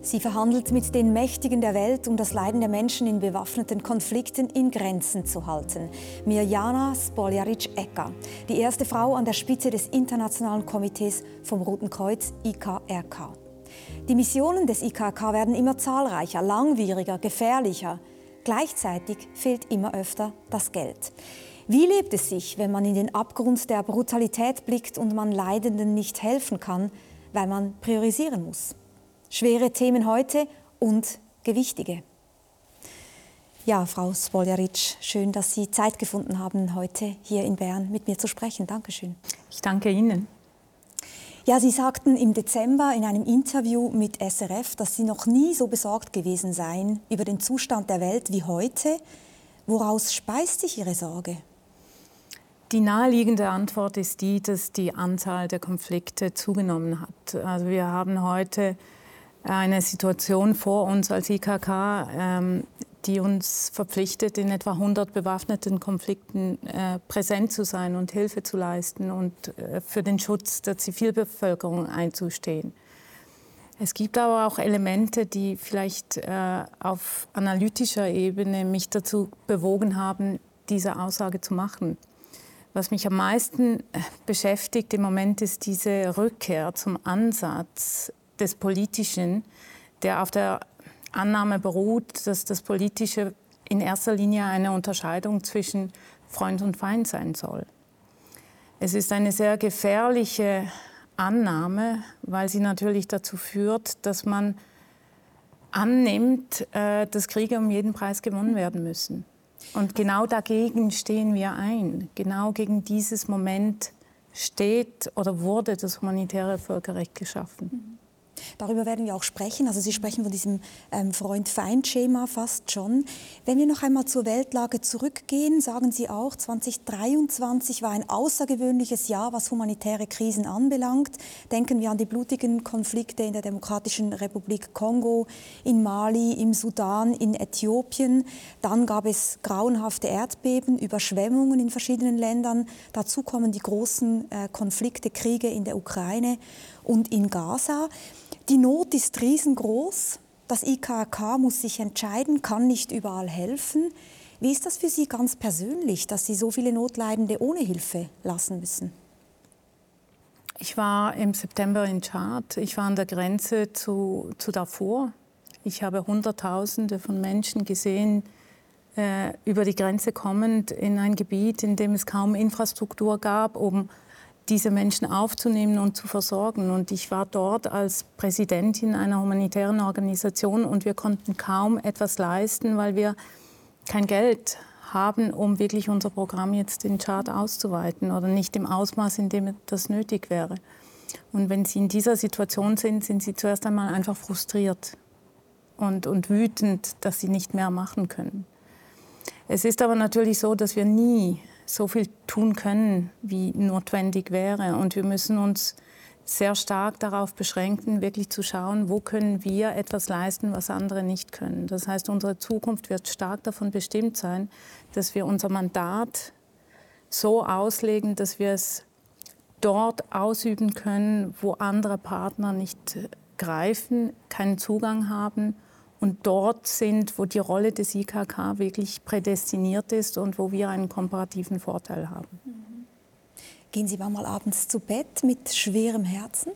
Sie verhandelt mit den Mächtigen der Welt, um das Leiden der Menschen in bewaffneten Konflikten in Grenzen zu halten. Mirjana Spoljarić-Eka, die erste Frau an der Spitze des Internationalen Komitees vom Roten Kreuz IKRK. Die Missionen des IKRK werden immer zahlreicher, langwieriger, gefährlicher. Gleichzeitig fehlt immer öfter das Geld. Wie lebt es sich, wenn man in den Abgrund der Brutalität blickt und man Leidenden nicht helfen kann, weil man priorisieren muss? Schwere Themen heute und gewichtige. Ja, Frau Spoljarić, schön, dass Sie Zeit gefunden haben, heute hier in Bern mit mir zu sprechen. Dankeschön. Ich danke Ihnen. Ja, Sie sagten im Dezember in einem Interview mit SRF, dass Sie noch nie so besorgt gewesen seien über den Zustand der Welt wie heute. Woraus speist sich Ihre Sorge? Die naheliegende Antwort ist die, dass die Anzahl der Konflikte zugenommen hat. Also wir haben heute eine Situation vor uns als IKRK, die uns verpflichtet, in etwa 100 bewaffneten Konflikten präsent zu sein und Hilfe zu leisten und für den Schutz der Zivilbevölkerung einzustehen. Es gibt aber auch Elemente, die vielleicht auf analytischer Ebene mich dazu bewogen haben, diese Aussage zu machen. Was mich am meisten beschäftigt im Moment ist diese Rückkehr zum Ansatz des Politischen, der auf der Annahme beruht, dass das Politische in erster Linie eine Unterscheidung zwischen Freund und Feind sein soll. Es ist eine sehr gefährliche Annahme, weil sie natürlich dazu führt, dass man annimmt, dass Kriege um jeden Preis gewonnen werden müssen. Und genau dagegen stehen wir ein. Genau gegen dieses Moment steht oder wurde das humanitäre Völkerrecht geschaffen. Darüber werden wir auch sprechen. Also Sie sprechen von diesem Freund-Feind-Schema fast schon. Wenn wir noch einmal zur Weltlage zurückgehen, sagen Sie auch, 2023 war ein außergewöhnliches Jahr, was humanitäre Krisen anbelangt. Denken wir an die blutigen Konflikte in der Demokratischen Republik Kongo, in Mali, im Sudan, in Äthiopien. Dann gab es grauenhafte Erdbeben, Überschwemmungen in verschiedenen Ländern. Dazu kommen die großen Konflikte, Kriege in der Ukraine und in Gaza. Die Not ist riesengroß. Das IKRK muss sich entscheiden, kann nicht überall helfen. Wie ist das für Sie ganz persönlich, dass Sie so viele Notleidende ohne Hilfe lassen müssen? Ich war im September in Tschad. Ich war an der Grenze zu Darfur. Ich habe Hunderttausende von Menschen gesehen, über die Grenze kommend in ein Gebiet, in dem es kaum Infrastruktur gab, um diese Menschen aufzunehmen und zu versorgen. Und ich war dort als Präsidentin einer humanitären Organisation und wir konnten kaum etwas leisten, weil wir kein Geld haben, um wirklich unser Programm jetzt in Tschad auszuweiten oder nicht im Ausmaß, in dem das nötig wäre. Und wenn Sie in dieser Situation sind, sind Sie zuerst einmal einfach frustriert und wütend, dass Sie nicht mehr machen können. Es ist aber natürlich so, dass wir nie so viel tun können, wie notwendig wäre. Und wir müssen uns sehr stark darauf beschränken, wirklich zu schauen, wo können wir etwas leisten, was andere nicht können. Das heißt, unsere Zukunft wird stark davon bestimmt sein, dass wir unser Mandat so auslegen, dass wir es dort ausüben können, wo andere Partner nicht greifen, keinen Zugang haben und dort sind, wo die Rolle des IKRK wirklich prädestiniert ist und wo wir einen komparativen Vorteil haben. Gehen Sie mal abends zu Bett mit schwerem Herzen?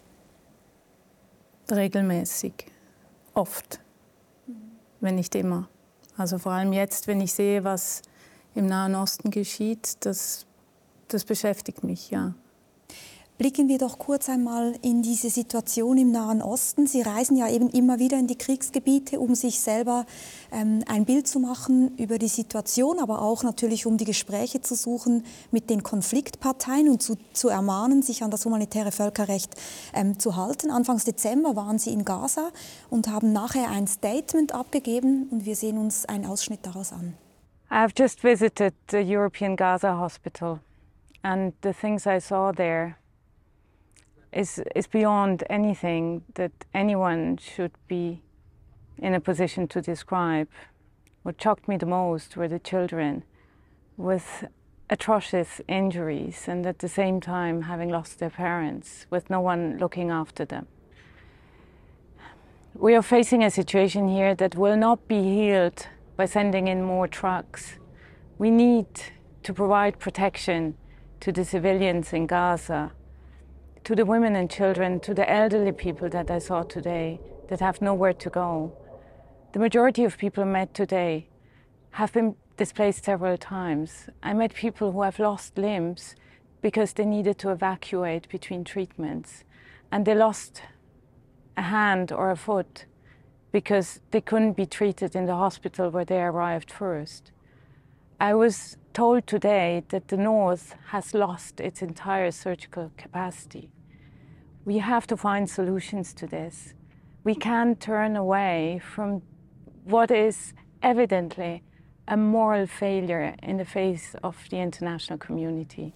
Regelmäßig, oft, wenn nicht immer. Also vor allem jetzt, wenn ich sehe, was im Nahen Osten geschieht, das beschäftigt mich, ja. Blicken wir doch kurz einmal in diese Situation im Nahen Osten. Sie reisen ja eben immer wieder in die Kriegsgebiete, um sich selber ein Bild zu machen über die Situation, aber auch natürlich, um die Gespräche zu suchen mit den Konfliktparteien und zu ermahnen, sich an das humanitäre Völkerrecht zu halten. Anfangs Dezember waren Sie in Gaza und haben nachher ein Statement abgegeben und wir sehen uns einen Ausschnitt daraus an. I've just visited the European Gaza Hospital and the things I saw there is beyond anything that anyone should be in a position to describe. What shocked me the most were the children with atrocious injuries and at the same time having lost their parents with no one looking after them. We are facing a situation here that will not be healed by sending in more trucks. We need to provide protection to the civilians in Gaza, to the women and children, to the elderly people that I saw today that have nowhere to go. The majority of people I met today have been displaced several times. I met people who have lost limbs because they needed to evacuate between treatments, and they lost a hand or a foot because they couldn't be treated in the hospital where they arrived first. I was told today that the North has lost its entire surgical capacity. We have to find solutions to this. We can't turn away from what is evidently a moral failure in the face of the international community.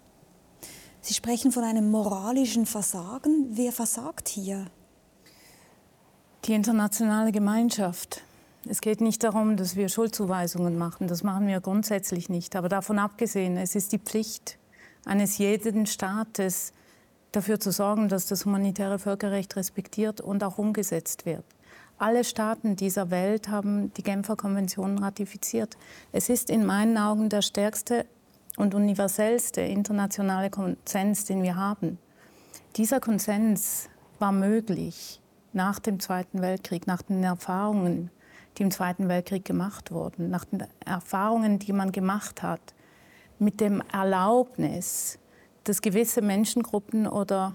Sie sprechen von einem moralischen Versagen. Wer versagt hier? Die internationale Gemeinschaft. Es geht nicht darum, dass wir Schuldzuweisungen machen. Das machen wir grundsätzlich nicht. Aber davon abgesehen, es ist die Pflicht eines jeden Staates, dafür zu sorgen, dass das humanitäre Völkerrecht respektiert und auch umgesetzt wird. Alle Staaten dieser Welt haben die Genfer Konvention ratifiziert. Es ist in meinen Augen der stärkste und universellste internationale Konsens, den wir haben. Dieser Konsens war möglich nach dem Zweiten Weltkrieg, nach den Erfahrungen, die im Zweiten Weltkrieg gemacht wurden, nach den Erfahrungen, die man gemacht hat, mit dem Erlaubnis, dass gewisse Menschengruppen oder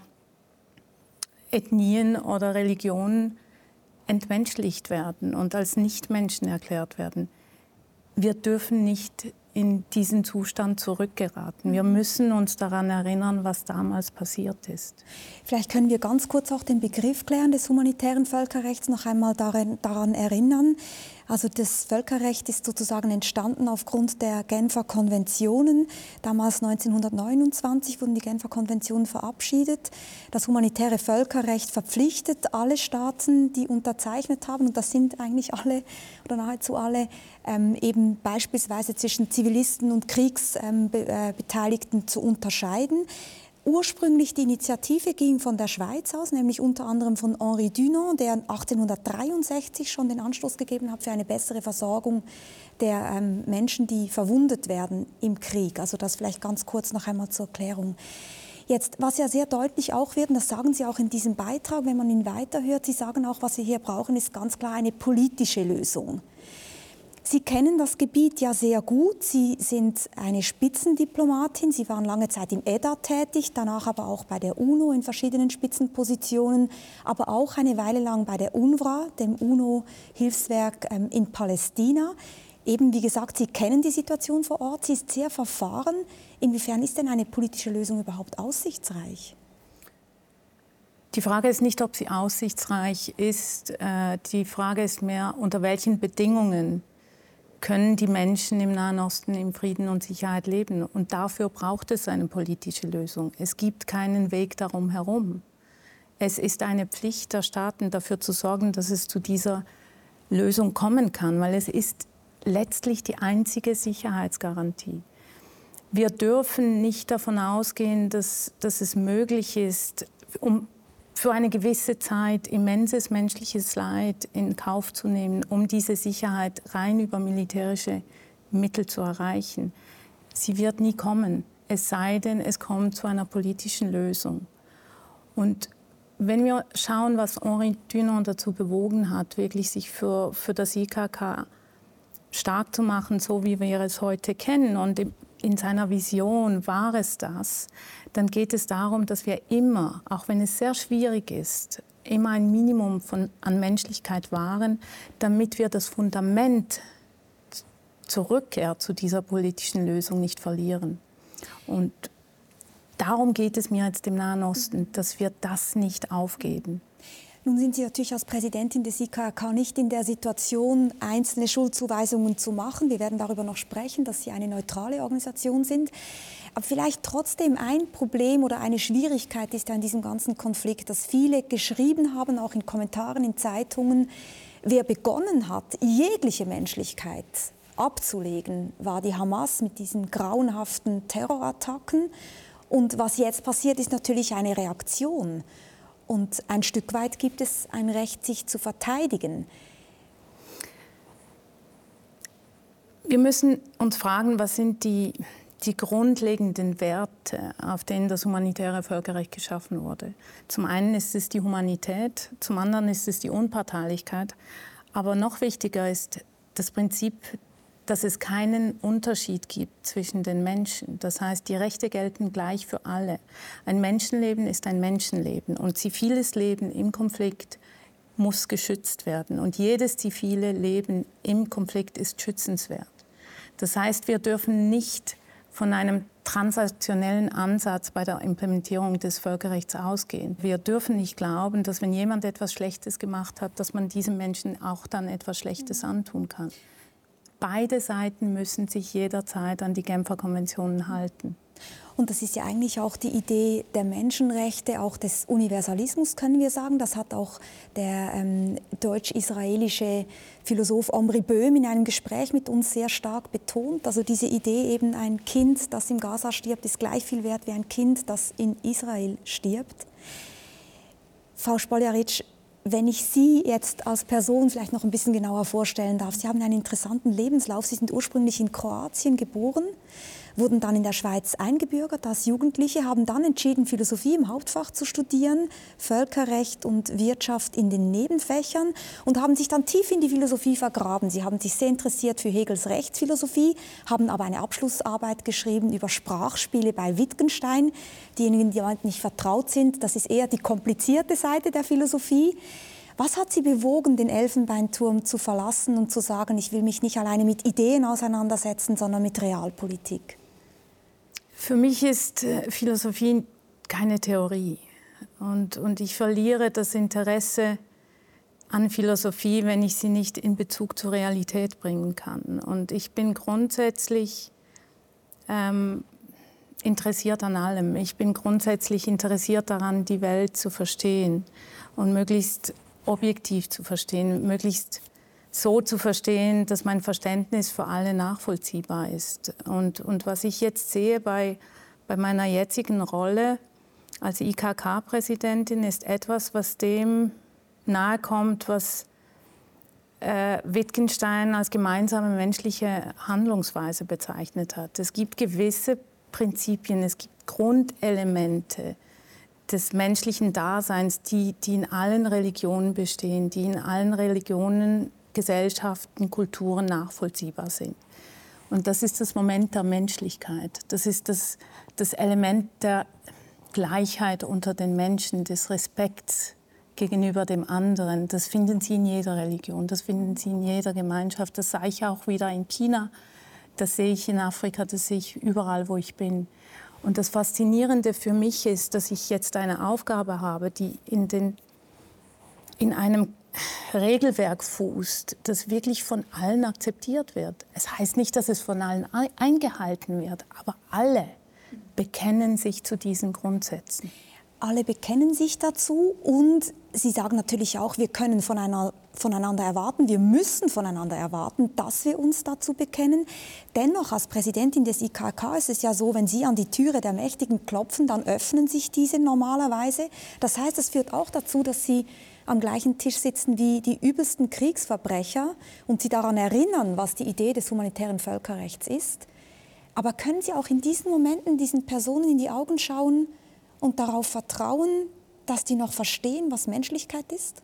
Ethnien oder Religionen entmenschlicht werden und als Nichtmenschen erklärt werden. Wir dürfen nicht in diesen Zustand zurückgeraten. Wir müssen uns daran erinnern, was damals passiert ist. Vielleicht können wir ganz kurz auch den Begriff klären des humanitären Völkerrechts noch einmal daran erinnern. Also das Völkerrecht ist sozusagen entstanden aufgrund der Genfer Konventionen. Damals 1929 wurden die Genfer Konventionen verabschiedet. Das humanitäre Völkerrecht verpflichtet alle Staaten, die unterzeichnet haben, und das sind eigentlich alle oder nahezu alle, eben beispielsweise zwischen Zivilisten und Kriegsbeteiligten zu unterscheiden. Ursprünglich die Initiative ging von der Schweiz aus, nämlich unter anderem von Henri Dunant, der 1863 schon den Anstoß gegeben hat für eine bessere Versorgung der Menschen, die verwundet werden im Krieg. Also das vielleicht ganz kurz noch einmal zur Erklärung. Jetzt, was ja sehr deutlich auch wird, und das sagen Sie auch in diesem Beitrag, wenn man ihn weiterhört, Sie sagen auch, was wir hier brauchen, ist ganz klar eine politische Lösung. Sie kennen das Gebiet ja sehr gut. Sie sind eine Spitzendiplomatin. Sie waren lange Zeit im EDA tätig, danach aber auch bei der UNO in verschiedenen Spitzenpositionen, aber auch eine Weile lang bei der UNRWA, dem UNO-Hilfswerk in Palästina. Eben, wie gesagt, Sie kennen die Situation vor Ort. Sie ist sehr verfahren. Inwiefern ist denn eine politische Lösung überhaupt aussichtsreich? Die Frage ist nicht, ob sie aussichtsreich ist. Die Frage ist mehr, unter welchen Bedingungen können die Menschen im Nahen Osten in Frieden und Sicherheit leben. Und dafür braucht es eine politische Lösung. Es gibt keinen Weg darum herum. Es ist eine Pflicht der Staaten, dafür zu sorgen, dass es zu dieser Lösung kommen kann, weil es ist letztlich die einzige Sicherheitsgarantie. Wir dürfen nicht davon ausgehen, dass es möglich ist, für eine gewisse Zeit immenses menschliches Leid in Kauf zu nehmen, um diese Sicherheit rein über militärische Mittel zu erreichen. Sie wird nie kommen, es sei denn, es kommt zu einer politischen Lösung. Und wenn wir schauen, was Henri Dunant dazu bewogen hat, wirklich sich für das IKK stark zu machen, so wie wir es heute kennen, und in seiner Vision war es das, dann geht es darum, dass wir immer, auch wenn es sehr schwierig ist, immer ein Minimum an Menschlichkeit wahren, damit wir das Fundament zur Rückkehr zu dieser politischen Lösung nicht verlieren. Und darum geht es mir jetzt im Nahen Osten, dass wir das nicht aufgeben. Nun sind Sie natürlich als Präsidentin des IKK nicht in der Situation, einzelne Schuldzuweisungen zu machen. Wir werden darüber noch sprechen, dass Sie eine neutrale Organisation sind. Aber vielleicht trotzdem ein Problem oder eine Schwierigkeit ist ja in diesem ganzen Konflikt, dass viele geschrieben haben, auch in Kommentaren in Zeitungen, wer begonnen hat, jegliche Menschlichkeit abzulegen, war die Hamas mit diesen grauenhaften Terrorattacken. Und was jetzt passiert, ist natürlich eine Reaktion. Und ein Stück weit gibt es ein Recht, sich zu verteidigen. Wir müssen uns fragen, was sind die grundlegenden Werte, auf denen das humanitäre Völkerrecht geschaffen wurde. Zum einen ist es die Humanität, zum anderen ist es die Unparteilichkeit. Aber noch wichtiger ist das Prinzip, dass es keinen Unterschied gibt zwischen den Menschen. Das heißt, die Rechte gelten gleich für alle. Ein Menschenleben ist ein Menschenleben und ziviles Leben im Konflikt muss geschützt werden. Und jedes zivile Leben im Konflikt ist schützenswert. Das heißt, wir dürfen nicht von einem transaktionellen Ansatz bei der Implementierung des Völkerrechts ausgehen. Wir dürfen nicht glauben, dass wenn jemand etwas Schlechtes gemacht hat, dass man diesem Menschen auch dann etwas Schlechtes antun kann. Beide Seiten müssen sich jederzeit an die Genfer Konventionen halten. Und das ist ja eigentlich auch die Idee der Menschenrechte, auch des Universalismus, können wir sagen. Das hat auch der deutsch-israelische Philosoph Omri Böhm in einem Gespräch mit uns sehr stark betont. Also diese Idee eben, ein Kind, das in Gaza stirbt, ist gleich viel wert wie ein Kind, das in Israel stirbt. Frau Spoljaric, wenn ich Sie jetzt als Person vielleicht noch ein bisschen genauer vorstellen darf. Sie haben einen interessanten Lebenslauf. Sie sind ursprünglich in Kroatien geboren, wurden dann in der Schweiz eingebürgert als Jugendliche, haben dann entschieden, Philosophie im Hauptfach zu studieren, Völkerrecht und Wirtschaft in den Nebenfächern und haben sich dann tief in die Philosophie vergraben. Sie haben sich sehr interessiert für Hegels Rechtsphilosophie, haben aber eine Abschlussarbeit geschrieben über Sprachspiele bei Wittgenstein. Diejenigen, die nicht vertraut sind, das ist eher die komplizierte Seite der Philosophie. Was hat Sie bewogen, den Elfenbeinturm zu verlassen und zu sagen, ich will mich nicht alleine mit Ideen auseinandersetzen, sondern mit Realpolitik? Für mich ist Philosophie keine Theorie. Und ich verliere das Interesse an Philosophie, wenn ich sie nicht in Bezug zur Realität bringen kann. Und ich bin grundsätzlich interessiert an allem. Ich bin grundsätzlich interessiert daran, die Welt zu verstehen und möglichst objektiv zu verstehen, möglichst so zu verstehen, dass mein Verständnis für alle nachvollziehbar ist. Und was ich jetzt sehe bei meiner jetzigen Rolle als IKK-Präsidentin, ist etwas, was dem nahe kommt, was Wittgenstein als gemeinsame menschliche Handlungsweise bezeichnet hat. Es gibt gewisse Prinzipien, es gibt Grundelemente des menschlichen Daseins, die in allen Religionen bestehen, die in allen Religionen, Gesellschaften, Kulturen nachvollziehbar sind. Und das ist das Moment der Menschlichkeit. Das ist das Element der Gleichheit unter den Menschen, des Respekts gegenüber dem anderen. Das finden Sie in jeder Religion, das finden Sie in jeder Gemeinschaft. Das sah ich auch wieder in China, das sehe ich in Afrika, das sehe ich überall, wo ich bin. Und das Faszinierende für mich ist, dass ich jetzt eine Aufgabe habe, die in einem Regelwerk fußt, das wirklich von allen akzeptiert wird. Es heißt nicht, dass es von allen eingehalten wird, aber alle bekennen sich zu diesen Grundsätzen. Alle bekennen sich dazu und Sie sagen natürlich auch, wir können voneinander erwarten, wir müssen voneinander erwarten, dass wir uns dazu bekennen. Dennoch, als Präsidentin des IKK ist es ja so, wenn Sie an die Türe der Mächtigen klopfen, dann öffnen sich diese normalerweise. Das heißt, es führt auch dazu, dass Sie am gleichen Tisch sitzen wie die übelsten Kriegsverbrecher und Sie daran erinnern, was die Idee des humanitären Völkerrechts ist. Aber können Sie auch in diesen Momenten diesen Personen in die Augen schauen und darauf vertrauen, dass die noch verstehen, was Menschlichkeit ist?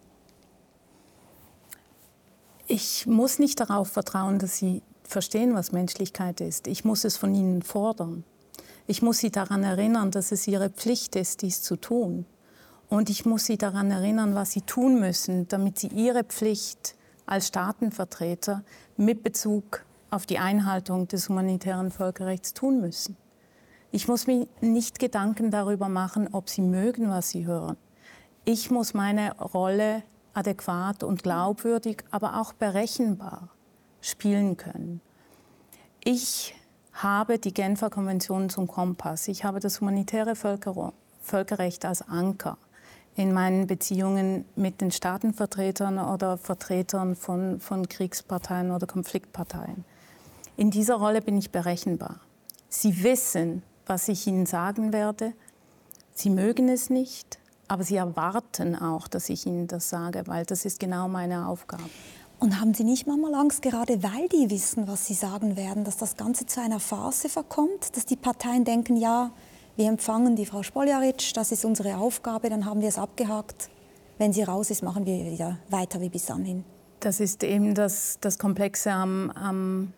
Ich muss nicht darauf vertrauen, dass sie verstehen, was Menschlichkeit ist. Ich muss es von ihnen fordern. Ich muss sie daran erinnern, dass es ihre Pflicht ist, dies zu tun. Und ich muss sie daran erinnern, was sie tun müssen, damit sie ihre Pflicht als Staatenvertreter mit Bezug auf die Einhaltung des humanitären Völkerrechts tun müssen. Ich muss mir nicht Gedanken darüber machen, ob sie mögen, was sie hören. Ich muss meine Rolle adäquat und glaubwürdig, aber auch berechenbar spielen können. Ich habe die Genfer Konvention zum Kompass. Ich habe das humanitäre Völkerrecht als Anker in meinen Beziehungen mit den Staatenvertretern oder Vertretern von Kriegsparteien oder Konfliktparteien. In dieser Rolle bin ich berechenbar. Sie wissen, was ich ihnen sagen werde. Sie mögen es nicht, Aber sie erwarten auch, dass ich ihnen das sage, weil das ist genau meine Aufgabe. Und haben Sie nicht manchmal Angst, gerade weil die wissen, was Sie sagen werden, dass das Ganze zu einer Farce verkommt? Dass die Parteien denken, ja, wir empfangen die Frau Spoljaric, das ist unsere Aufgabe, dann haben wir es abgehakt. Wenn sie raus ist, machen wir wieder weiter wie bis anhin. Das ist eben das Komplexe am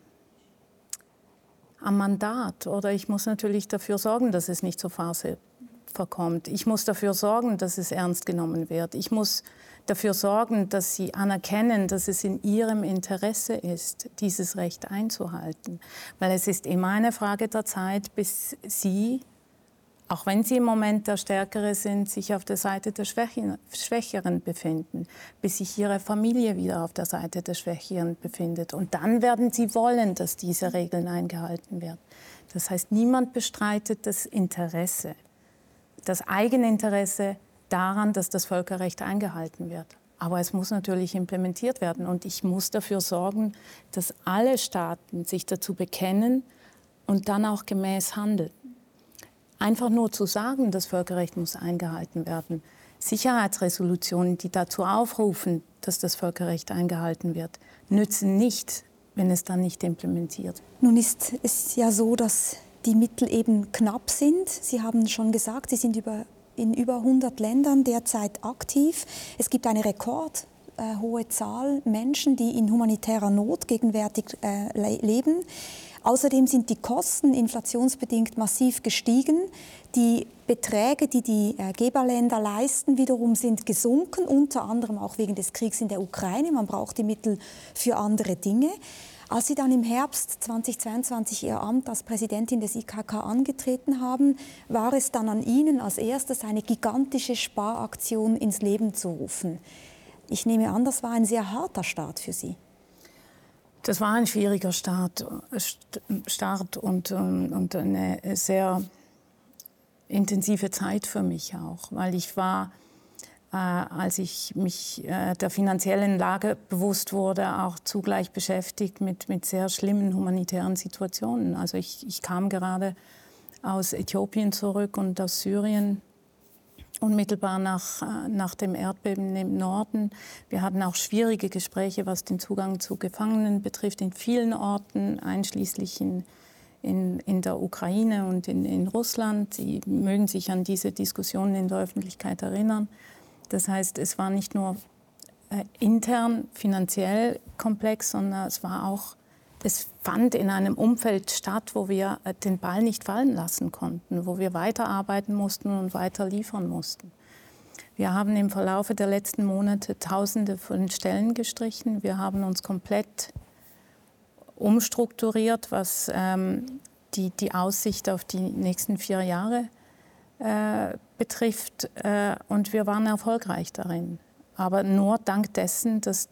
Mandat. Oder ich muss natürlich dafür sorgen, dass es nicht zur Farce verkommt. Ich muss dafür sorgen, dass es ernst genommen wird. Ich muss dafür sorgen, dass sie anerkennen, dass es in ihrem Interesse ist, dieses Recht einzuhalten. Weil es ist immer eine Frage der Zeit, bis sie, auch wenn sie im Moment der Stärkere sind, sich auf der Seite der Schwächeren befinden, bis sich ihre Familie wieder auf der Seite der Schwächeren befindet. Und dann werden sie wollen, dass diese Regeln eingehalten werden. Das heißt, niemand bestreitet das Interesse, das Eigeninteresse daran, dass das Völkerrecht eingehalten wird. Aber es muss natürlich implementiert werden. Und ich muss dafür sorgen, dass alle Staaten sich dazu bekennen und dann auch gemäß handeln. Einfach nur zu sagen, das Völkerrecht muss eingehalten werden. Sicherheitsresolutionen, die dazu aufrufen, dass das Völkerrecht eingehalten wird, nützen nicht, wenn es dann nicht implementiert. Nun ist es ja so, dass die Mittel eben knapp sind. Sie haben schon gesagt, Sie sind in über 100 Ländern derzeit aktiv. Es gibt eine rekordhohe Zahl Menschen, die in humanitärer Not gegenwärtig leben. Außerdem sind die Kosten inflationsbedingt massiv gestiegen. Die Beträge, die die Geberländer leisten, wiederum sind gesunken, unter anderem auch wegen des Kriegs in der Ukraine. Man braucht die Mittel für andere Dinge. Als Sie dann im Herbst 2022 Ihr Amt als Präsidentin des IKK angetreten haben, war es dann an Ihnen als erstes eine gigantische Sparaktion ins Leben zu rufen. Ich nehme an, das war ein sehr harter Start für Sie. Das war ein schwieriger Start und eine sehr intensive Zeit für mich auch, weil ich war, als ich mich der finanziellen Lage bewusst wurde, auch zugleich beschäftigt mit sehr schlimmen humanitären Situationen. Also ich kam gerade aus Äthiopien zurück und aus Syrien, unmittelbar nach dem Erdbeben im Norden. Wir hatten auch schwierige Gespräche, was den Zugang zu Gefangenen betrifft, in vielen Orten, einschließlich in der Ukraine und in Russland. Sie mögen sich an diese Diskussionen in der Öffentlichkeit erinnern. Das heißt, es war nicht nur intern finanziell komplex, sondern es fand in einem Umfeld statt, wo wir den Ball nicht fallen lassen konnten, wo wir weiterarbeiten mussten und weiter liefern mussten. Wir haben im Verlaufe der letzten Monate Tausende von Stellen gestrichen. Wir haben uns komplett umstrukturiert, was die Aussicht auf die nächsten 4 Jahre betrifft. Und wir waren erfolgreich darin. Aber nur dank dessen, dass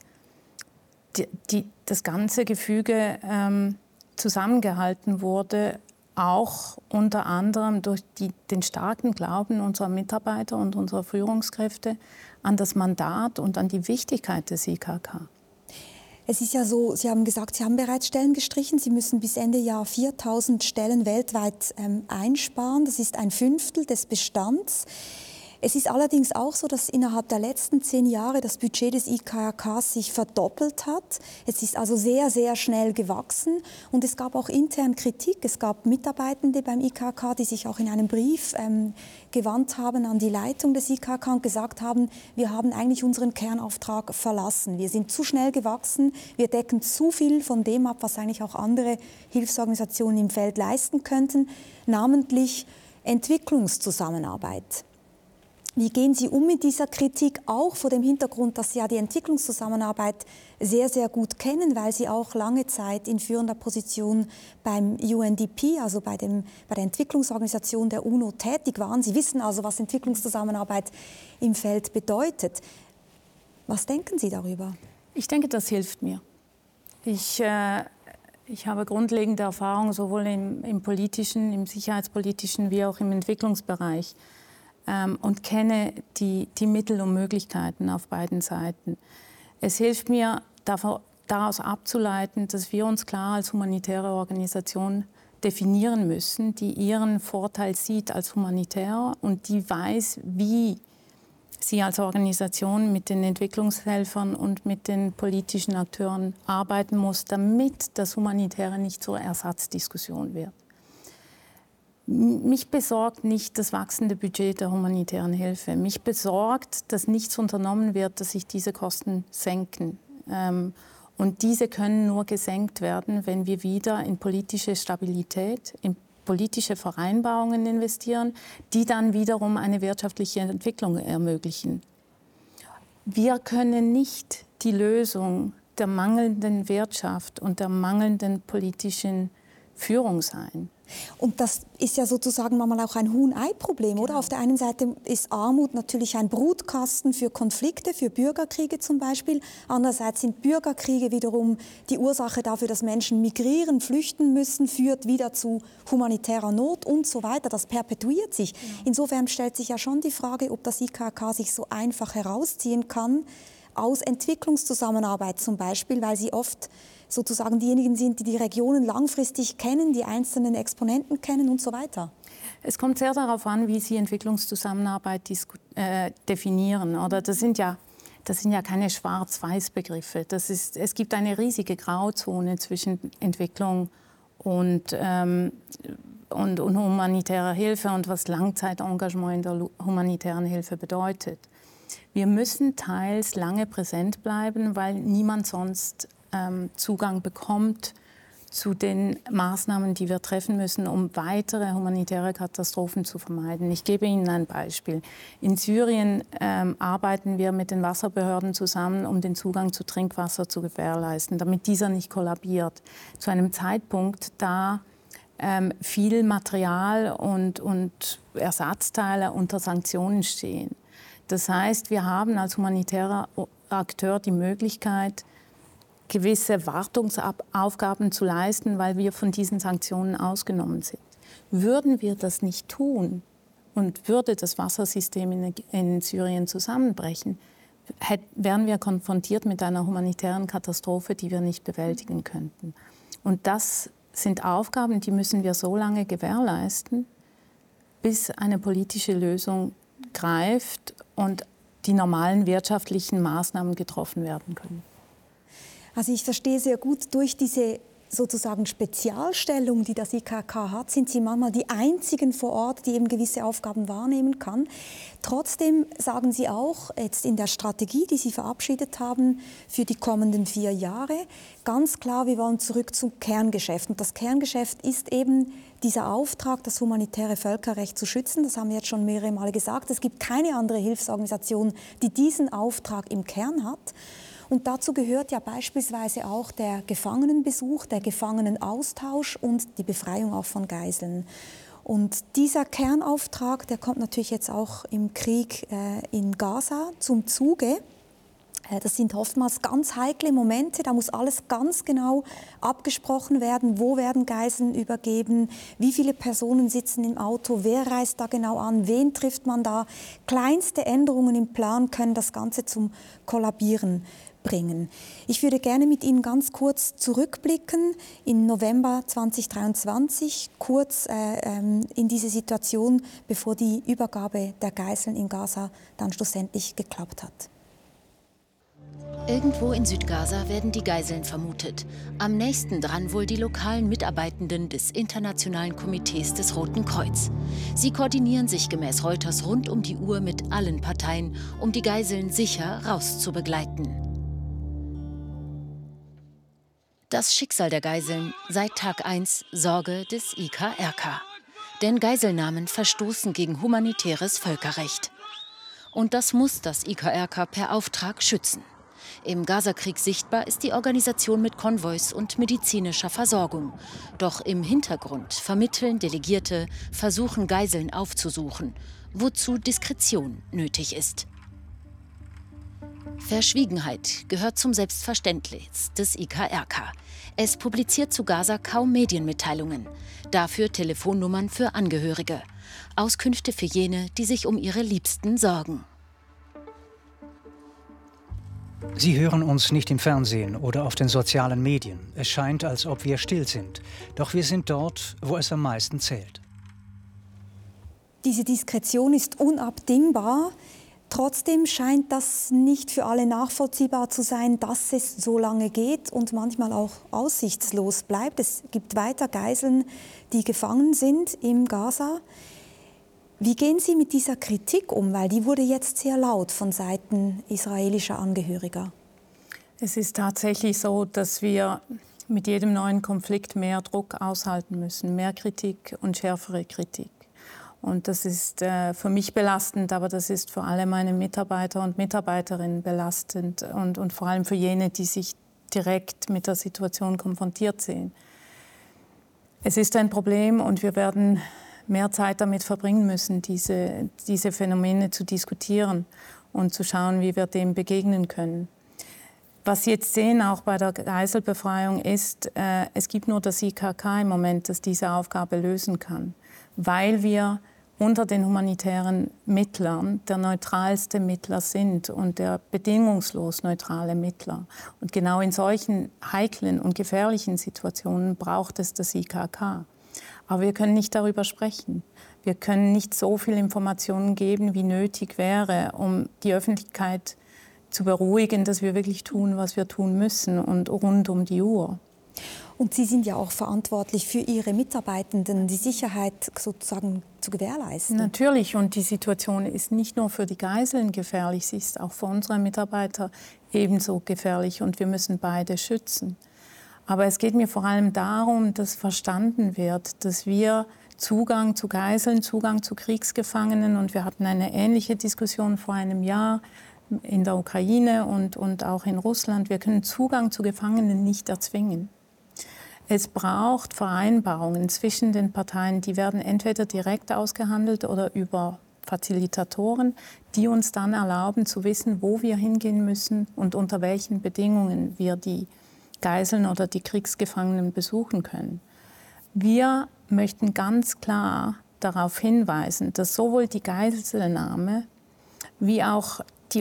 das ganze Gefüge zusammengehalten wurde, auch unter anderem durch den starken Glauben unserer Mitarbeiter und unserer Führungskräfte an das Mandat und an die Wichtigkeit des IKK. Es ist ja so, Sie haben gesagt, Sie haben bereits Stellen gestrichen. Sie müssen bis Ende Jahr 4.000 Stellen weltweit einsparen. Das ist ein Fünftel des Bestands. Es ist allerdings auch so, dass innerhalb der letzten 10 Jahre das Budget des IKK sich verdoppelt hat. Es ist also sehr, sehr schnell gewachsen. Und es gab auch intern Kritik. Es gab Mitarbeitende beim IKK, die sich auch in einem Brief gewandt haben an die Leitung des IKK und gesagt haben, wir haben eigentlich unseren Kernauftrag verlassen. Wir sind zu schnell gewachsen. Wir decken zu viel von dem ab, was eigentlich auch andere Hilfsorganisationen im Feld leisten könnten, namentlich Entwicklungszusammenarbeit. Wie gehen Sie um mit dieser Kritik, auch vor dem Hintergrund, dass Sie ja die Entwicklungszusammenarbeit sehr, sehr gut kennen, weil Sie auch lange Zeit in führender Position beim UNDP, also bei der Entwicklungsorganisation der UNO, tätig waren. Sie wissen also, was Entwicklungszusammenarbeit im Feld bedeutet. Was denken Sie darüber? Ich denke, das hilft mir. Ich habe grundlegende Erfahrung sowohl im politischen, im sicherheitspolitischen wie auch im Entwicklungsbereich. Und kenne die Mittel und Möglichkeiten auf beiden Seiten. Es hilft mir, daraus abzuleiten, dass wir uns klar als humanitäre Organisation definieren müssen, die ihren Vorteil sieht als humanitär und die weiß, wie sie als Organisation mit den Entwicklungshelfern und mit den politischen Akteuren arbeiten muss, damit das Humanitäre nicht zur Ersatzdiskussion wird. Mich besorgt nicht das wachsende Budget der humanitären Hilfe. Mich besorgt, dass nichts unternommen wird, dass sich diese Kosten senken. Und diese können nur gesenkt werden, wenn wir wieder in politische Stabilität, in politische Vereinbarungen investieren, die dann wiederum eine wirtschaftliche Entwicklung ermöglichen. Wir können nicht die Lösung der mangelnden Wirtschaft und der mangelnden politischen Führung sein. Und das ist ja sozusagen manchmal auch ein Huhn-Ei-Problem, oder? Auf der einen Seite ist Armut natürlich ein Brutkasten für Konflikte, für Bürgerkriege zum Beispiel. Andererseits sind Bürgerkriege wiederum die Ursache dafür, dass Menschen migrieren, flüchten müssen, führt wieder zu humanitärer Not und so weiter. Das perpetuiert sich. Insofern stellt sich ja schon die Frage, ob das IKRK sich so einfach herausziehen kann aus Entwicklungszusammenarbeit zum Beispiel, weil sie oft sozusagen diejenigen sind, die die Regionen langfristig kennen, die einzelnen Exponenten kennen und so weiter? Es kommt sehr darauf an, wie Sie Entwicklungszusammenarbeit definieren. Oder das sind ja keine Schwarz-Weiß-Begriffe. Es gibt eine riesige Grauzone zwischen Entwicklung und humanitärer Hilfe und was Langzeitengagement in der humanitären Hilfe bedeutet. Wir müssen teils lange präsent bleiben, weil niemand sonst Zugang bekommt zu den Maßnahmen, die wir treffen müssen, um weitere humanitäre Katastrophen zu vermeiden. Ich gebe Ihnen ein Beispiel. In Syrien arbeiten wir mit den Wasserbehörden zusammen, um den Zugang zu Trinkwasser zu gewährleisten, damit dieser nicht kollabiert. Zu einem Zeitpunkt, da viel Material und Ersatzteile unter Sanktionen stehen. Das heißt, wir haben als humanitärer Akteur die Möglichkeit, gewisse Wartungsaufgaben zu leisten, weil wir von diesen Sanktionen ausgenommen sind. Würden wir das nicht tun und würde das Wassersystem in Syrien zusammenbrechen, wären wir konfrontiert mit einer humanitären Katastrophe, die wir nicht bewältigen könnten. Und das sind Aufgaben, die müssen wir so lange gewährleisten, bis eine politische Lösung greift und die normalen wirtschaftlichen Maßnahmen getroffen werden können. Also ich verstehe sehr gut, durch diese sozusagen Spezialstellung, die das IKRK hat, sind Sie manchmal die einzigen vor Ort, die eben gewisse Aufgaben wahrnehmen kann. Trotzdem sagen Sie auch jetzt in der Strategie, die Sie verabschiedet haben für die kommenden 4 Jahre, ganz klar, wir wollen zurück zum Kerngeschäft. Und das Kerngeschäft ist eben dieser Auftrag, das humanitäre Völkerrecht zu schützen. Das haben wir jetzt schon mehrere Male gesagt. Es gibt keine andere Hilfsorganisation, die diesen Auftrag im Kern hat. Und dazu gehört ja beispielsweise auch der Gefangenenbesuch, der Gefangenenaustausch und die Befreiung auch von Geiseln. Und dieser Kernauftrag, der kommt natürlich jetzt auch im Krieg in Gaza zum Zuge. Das sind oftmals ganz heikle Momente, da muss alles ganz genau abgesprochen werden. Wo werden Geiseln übergeben? Wie viele Personen sitzen im Auto? Wer reist da genau an? Wen trifft man da? Kleinste Änderungen im Plan können das Ganze zum Kollabieren bringen. Ich würde gerne mit Ihnen ganz kurz zurückblicken in November 2023, kurz in diese Situation, bevor die Übergabe der Geiseln in Gaza dann schlussendlich geklappt hat. Irgendwo in Südgaza werden die Geiseln vermutet. Am nächsten dran wohl die lokalen Mitarbeitenden des Internationalen Komitees des Roten Kreuz. Sie koordinieren sich gemäß Reuters rund um die Uhr mit allen Parteien, um die Geiseln sicher rauszubegleiten. Das Schicksal der Geiseln seit Tag 1 Sorge des IKRK. Denn Geiselnahmen verstoßen gegen humanitäres Völkerrecht. Und das muss das IKRK per Auftrag schützen. Im Gazakrieg sichtbar ist die Organisation mit Konvois und medizinischer Versorgung. Doch im Hintergrund vermitteln Delegierte, versuchen Geiseln aufzusuchen, wozu Diskretion nötig ist. Verschwiegenheit gehört zum Selbstverständnis des IKRK. Es publiziert zu Gaza kaum Medienmitteilungen, dafür Telefonnummern für Angehörige, Auskünfte für jene, die sich um ihre Liebsten sorgen. Sie hören uns nicht im Fernsehen oder auf den sozialen Medien. Es scheint, als ob wir still sind. Doch wir sind dort, wo es am meisten zählt. Diese Diskretion ist unabdingbar. Trotzdem scheint das nicht für alle nachvollziehbar zu sein, dass es so lange geht und manchmal auch aussichtslos bleibt. Es gibt weiter Geiseln, die gefangen sind im Gaza. Wie gehen Sie mit dieser Kritik um? Weil die wurde jetzt sehr laut von Seiten israelischer Angehöriger. Es ist tatsächlich so, dass wir mit jedem neuen Konflikt mehr Druck aushalten müssen, mehr Kritik und schärfere Kritik. Und das ist für mich belastend, aber das ist für alle meine Mitarbeiter und Mitarbeiterinnen belastend und vor allem für jene, die sich direkt mit der Situation konfrontiert sehen. Es ist ein Problem und wir werden mehr Zeit damit verbringen müssen, diese Phänomene zu diskutieren und zu schauen, wie wir dem begegnen können. Was Sie jetzt sehen, auch bei der Geiselbefreiung, ist, es gibt nur das IKK im Moment, das diese Aufgabe lösen kann, weil wir unter den humanitären Mittlern der neutralste Mittler sind und der bedingungslos neutrale Mittler. Und genau in solchen heiklen und gefährlichen Situationen braucht es das IKK. Aber wir können nicht darüber sprechen. Wir können nicht so viel Informationen geben, wie nötig wäre, um die Öffentlichkeit zu beruhigen, dass wir wirklich tun, was wir tun müssen und rund um die Uhr. Und Sie sind ja auch verantwortlich für Ihre Mitarbeitenden, die Sicherheit sozusagen zu gewährleisten. Natürlich, und die Situation ist nicht nur für die Geiseln gefährlich, sie ist auch für unsere Mitarbeiter ebenso gefährlich und wir müssen beide schützen. Aber es geht mir vor allem darum, dass verstanden wird, dass wir Zugang zu Geiseln, Zugang zu Kriegsgefangenen, und wir hatten eine ähnliche Diskussion vor einem Jahr in der Ukraine und auch in Russland, wir können Zugang zu Gefangenen nicht erzwingen. Es braucht Vereinbarungen zwischen den Parteien, die werden entweder direkt ausgehandelt oder über Facilitatoren, die uns dann erlauben zu wissen, wo wir hingehen müssen und unter welchen Bedingungen wir die Geiseln oder die Kriegsgefangenen besuchen können. Wir möchten ganz klar darauf hinweisen, dass sowohl die Geiselnahme wie auch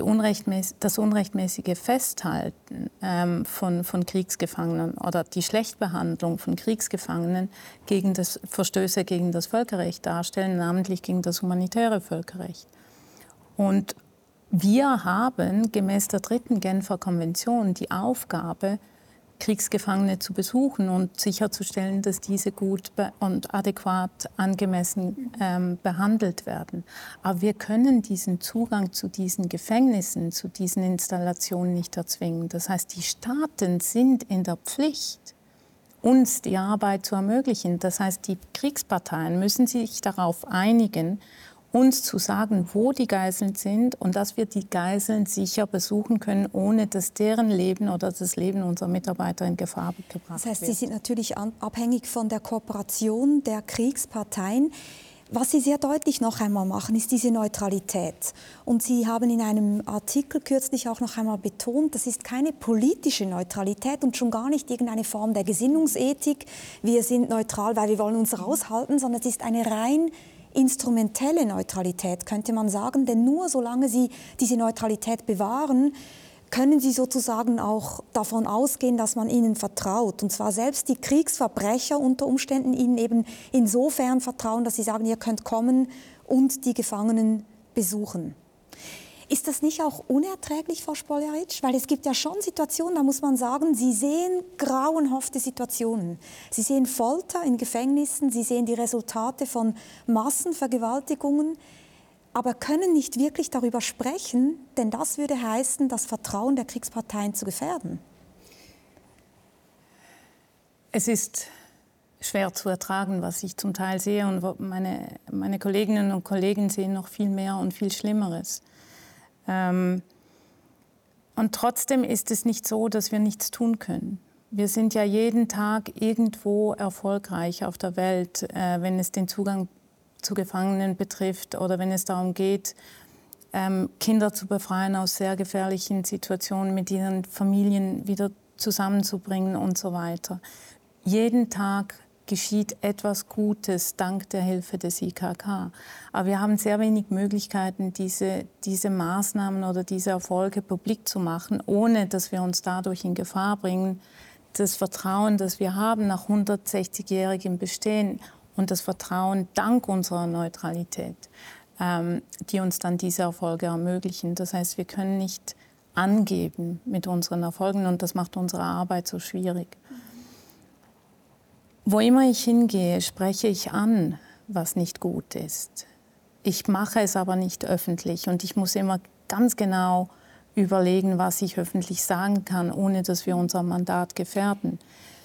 das unrechtmäßige Festhalten von Kriegsgefangenen oder die Schlechtbehandlung von Kriegsgefangenen Verstöße gegen das Völkerrecht darstellen, namentlich gegen das humanitäre Völkerrecht. Und wir haben gemäß der 3. Genfer Konvention die Aufgabe, Kriegsgefangene zu besuchen und sicherzustellen, dass diese gut und adäquat angemessen behandelt werden. Aber wir können diesen Zugang zu diesen Gefängnissen, zu diesen Installationen nicht erzwingen. Das heißt, die Staaten sind in der Pflicht, uns die Arbeit zu ermöglichen. Das heißt, die Kriegsparteien müssen sich darauf einigen, uns zu sagen, wo die Geiseln sind und dass wir die Geiseln sicher besuchen können, ohne dass deren Leben oder das Leben unserer Mitarbeiter in Gefahr gebracht wird. Das heißt, Sie sind natürlich abhängig von der Kooperation der Kriegsparteien. Was Sie sehr deutlich noch einmal machen, ist diese Neutralität. Und Sie haben in einem Artikel kürzlich auch noch einmal betont, das ist keine politische Neutralität und schon gar nicht irgendeine Form der Gesinnungsethik. Wir sind neutral, weil wir wollen uns raushalten, sondern es ist eine rein instrumentelle Neutralität, könnte man sagen. Denn nur solange Sie diese Neutralität bewahren, können Sie sozusagen auch davon ausgehen, dass man ihnen vertraut. Und zwar selbst die Kriegsverbrecher unter Umständen ihnen eben insofern vertrauen, dass sie sagen, ihr könnt kommen und die Gefangenen besuchen. Ist das nicht auch unerträglich, Frau Spoljaric? Weil es gibt ja schon Situationen, da muss man sagen, Sie sehen grauenhafte Situationen. Sie sehen Folter in Gefängnissen, Sie sehen die Resultate von Massenvergewaltigungen, aber können nicht wirklich darüber sprechen, denn das würde heißen, das Vertrauen der Kriegsparteien zu gefährden. Es ist schwer zu ertragen, was ich zum Teil sehe, und meine Kolleginnen und Kollegen sehen noch viel mehr und viel Schlimmeres. Und trotzdem ist es nicht so, dass wir nichts tun können. Wir sind ja jeden Tag irgendwo erfolgreich auf der Welt, wenn es den Zugang zu Gefangenen betrifft oder wenn es darum geht, Kinder zu befreien aus sehr gefährlichen Situationen, mit ihren Familien wieder zusammenzubringen und so weiter. Jeden Tag geschieht etwas Gutes dank der Hilfe des IKK. Aber wir haben sehr wenig Möglichkeiten, diese Maßnahmen oder diese Erfolge publik zu machen, ohne dass wir uns dadurch in Gefahr bringen, das Vertrauen, das wir haben nach 160-jährigem Bestehen und das Vertrauen dank unserer Neutralität, die uns dann diese Erfolge ermöglichen. Das heißt, wir können nicht angeben mit unseren Erfolgen und das macht unsere Arbeit so schwierig. Wo immer ich hingehe, spreche ich an, was nicht gut ist. Ich mache es aber nicht öffentlich und ich muss immer ganz genau überlegen, was ich öffentlich sagen kann, ohne dass wir unser Mandat gefährden.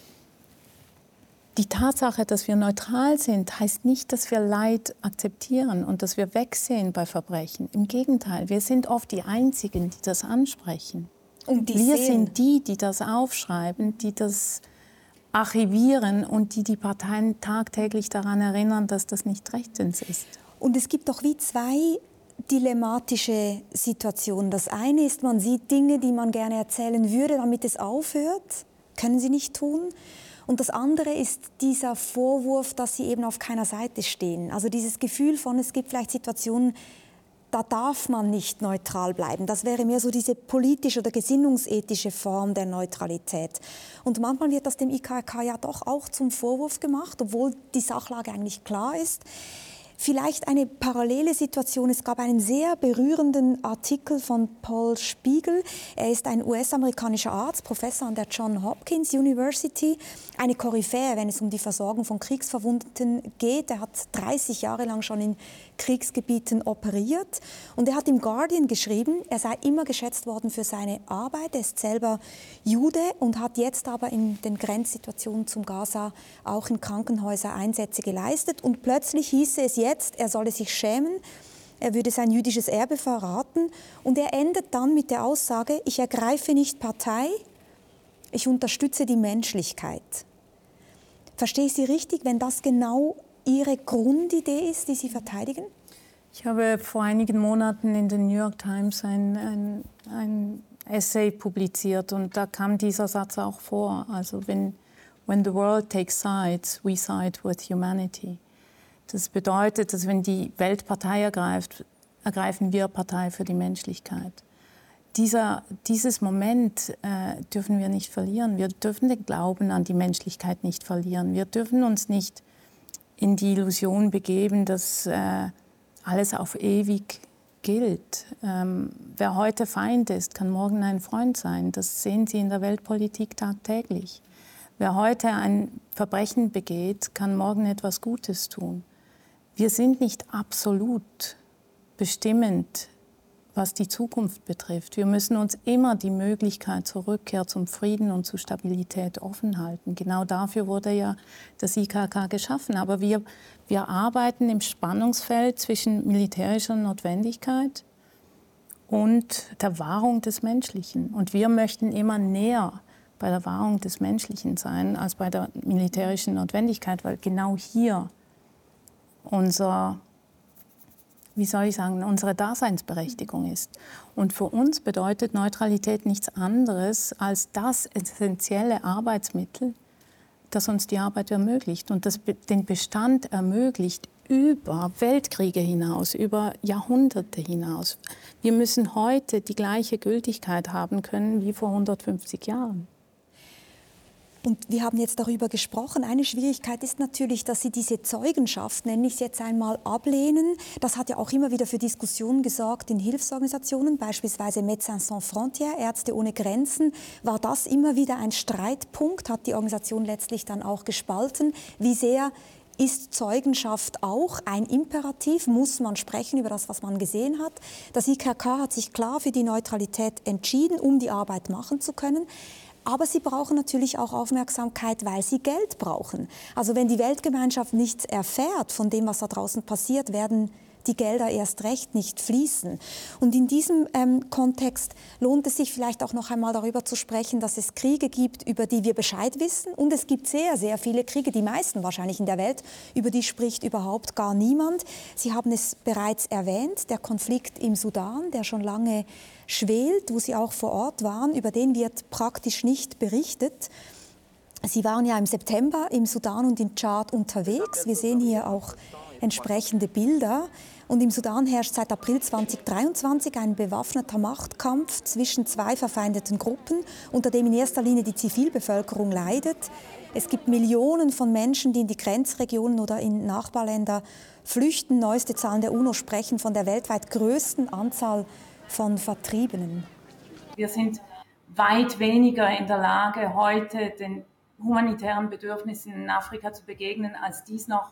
Die Tatsache, dass wir neutral sind, heißt nicht, dass wir Leid akzeptieren und dass wir wegsehen bei Verbrechen. Im Gegenteil, wir sind oft die Einzigen, die das ansprechen. Und wir sind die, die das aufschreiben, die das archivieren und die Parteien tagtäglich daran erinnern, dass das nicht rechtens ist. Und es gibt doch wie zwei dilemmatische Situationen. Das eine ist, man sieht Dinge, die man gerne erzählen würde, damit es aufhört. Können sie nicht tun. Und das andere ist dieser Vorwurf, dass sie eben auf keiner Seite stehen. Also dieses Gefühl von, es gibt vielleicht Situationen, da darf man nicht neutral bleiben. Das wäre mehr so diese politische oder gesinnungsethische Form der Neutralität. Und manchmal wird das dem IKK ja doch auch zum Vorwurf gemacht, obwohl die Sachlage eigentlich klar ist. Vielleicht eine parallele Situation. Es gab einen sehr berührenden Artikel von Paul Spiegel. Er ist ein US-amerikanischer Arzt, Professor an der Johns Hopkins University. Eine Koryphäe, wenn es um die Versorgung von Kriegsverwundeten geht. Er hat 30 Jahre lang schon in Kriegsgebieten operiert. Und er hat im Guardian geschrieben, er sei immer geschätzt worden für seine Arbeit. Er ist selber Jude und hat jetzt aber in den Grenzsituationen zum Gaza auch in Krankenhäusern Einsätze geleistet. Und plötzlich hieß es jetzt, er solle sich schämen, er würde sein jüdisches Erbe verraten. Und er endet dann mit der Aussage, ich ergreife nicht Partei, ich unterstütze die Menschlichkeit. Verstehe ich Sie richtig, wenn das genau Ihre Grundidee ist, die Sie verteidigen? Ich habe vor einigen Monaten in den New York Times ein Essay publiziert und da kam dieser Satz auch vor. Also when the world takes sides, we side with humanity. Das bedeutet, dass wenn die Welt Partei ergreift, ergreifen wir Partei für die Menschlichkeit. Dieses Moment dürfen wir nicht verlieren. Wir dürfen den Glauben an die Menschlichkeit nicht verlieren. Wir dürfen uns nicht in die Illusion begeben, dass alles auf ewig gilt. Wer heute Feind ist, kann morgen ein Freund sein. Das sehen Sie in der Weltpolitik tagtäglich. Wer heute ein Verbrechen begeht, kann morgen etwas Gutes tun. Wir sind nicht absolut bestimmend, was die Zukunft betrifft. Wir müssen uns immer die Möglichkeit zur Rückkehr zum Frieden und zur Stabilität offen halten. Genau dafür wurde ja das IKK geschaffen. Aber wir arbeiten im Spannungsfeld zwischen militärischer Notwendigkeit und der Wahrung des Menschlichen. Und wir möchten immer näher bei der Wahrung des Menschlichen sein als bei der militärischen Notwendigkeit, weil genau hier unsere Daseinsberechtigung ist. Und für uns bedeutet Neutralität nichts anderes als das essentielle Arbeitsmittel, das uns die Arbeit ermöglicht und das den Bestand ermöglicht über Weltkriege hinaus, über Jahrhunderte hinaus. Wir müssen heute die gleiche Gültigkeit haben können wie vor 150 Jahren. Und wir haben jetzt darüber gesprochen. Eine Schwierigkeit ist natürlich, dass Sie diese Zeugenschaft, nenne ich es jetzt einmal, ablehnen. Das hat ja auch immer wieder für Diskussionen gesorgt in Hilfsorganisationen, beispielsweise Médecins Sans Frontières, Ärzte ohne Grenzen. War das immer wieder ein Streitpunkt? Hat die Organisation letztlich dann auch gespalten? Wie sehr ist Zeugenschaft auch ein Imperativ? Muss man sprechen über das, was man gesehen hat? Das IKK hat sich klar für die Neutralität entschieden, um die Arbeit machen zu können. Aber sie brauchen natürlich auch Aufmerksamkeit, weil sie Geld brauchen. Also wenn die Weltgemeinschaft nichts erfährt von dem, was da draußen passiert, werden die Gelder erst recht nicht fließen. Und in diesem Kontext lohnt es sich vielleicht auch noch einmal darüber zu sprechen, dass es Kriege gibt, über die wir Bescheid wissen. Und es gibt sehr, sehr viele Kriege, die meisten wahrscheinlich in der Welt, über die spricht überhaupt gar niemand. Sie haben es bereits erwähnt, der Konflikt im Sudan, der schon lange schwelt, wo Sie auch vor Ort waren, über den wird praktisch nicht berichtet. Sie waren ja im September im Sudan und in Tschad unterwegs. Wir sehen hier auch entsprechende Bilder. Und im Sudan herrscht seit April 2023 ein bewaffneter Machtkampf zwischen zwei verfeindeten Gruppen, unter dem in erster Linie die Zivilbevölkerung leidet. Es gibt Millionen von Menschen, die in die Grenzregionen oder in Nachbarländer flüchten. Neueste Zahlen der UNO sprechen von der weltweit größten Anzahl von Vertriebenen. Wir sind weit weniger in der Lage, heute den humanitären Bedürfnissen in Afrika zu begegnen, als dies noch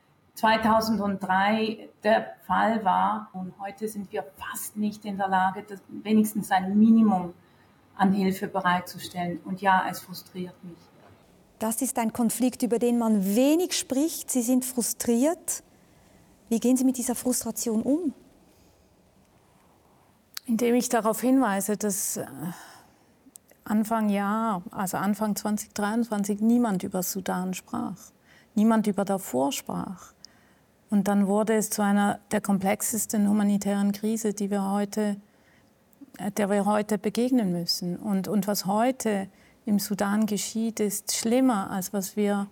2003 der Fall war. Und heute sind wir fast nicht in der Lage, wenigstens ein Minimum an Hilfe bereitzustellen. Und ja, es frustriert mich. Das ist ein Konflikt, über den man wenig spricht. Sie sind frustriert. Wie gehen Sie mit dieser Frustration um? Indem ich darauf hinweise, dass Anfang 2023, niemand über Sudan sprach. Niemand über Darfur sprach. Und dann wurde es zu einer der komplexesten humanitären Krise, der wir heute begegnen müssen. Und was heute im Sudan geschieht, ist schlimmer, als was wir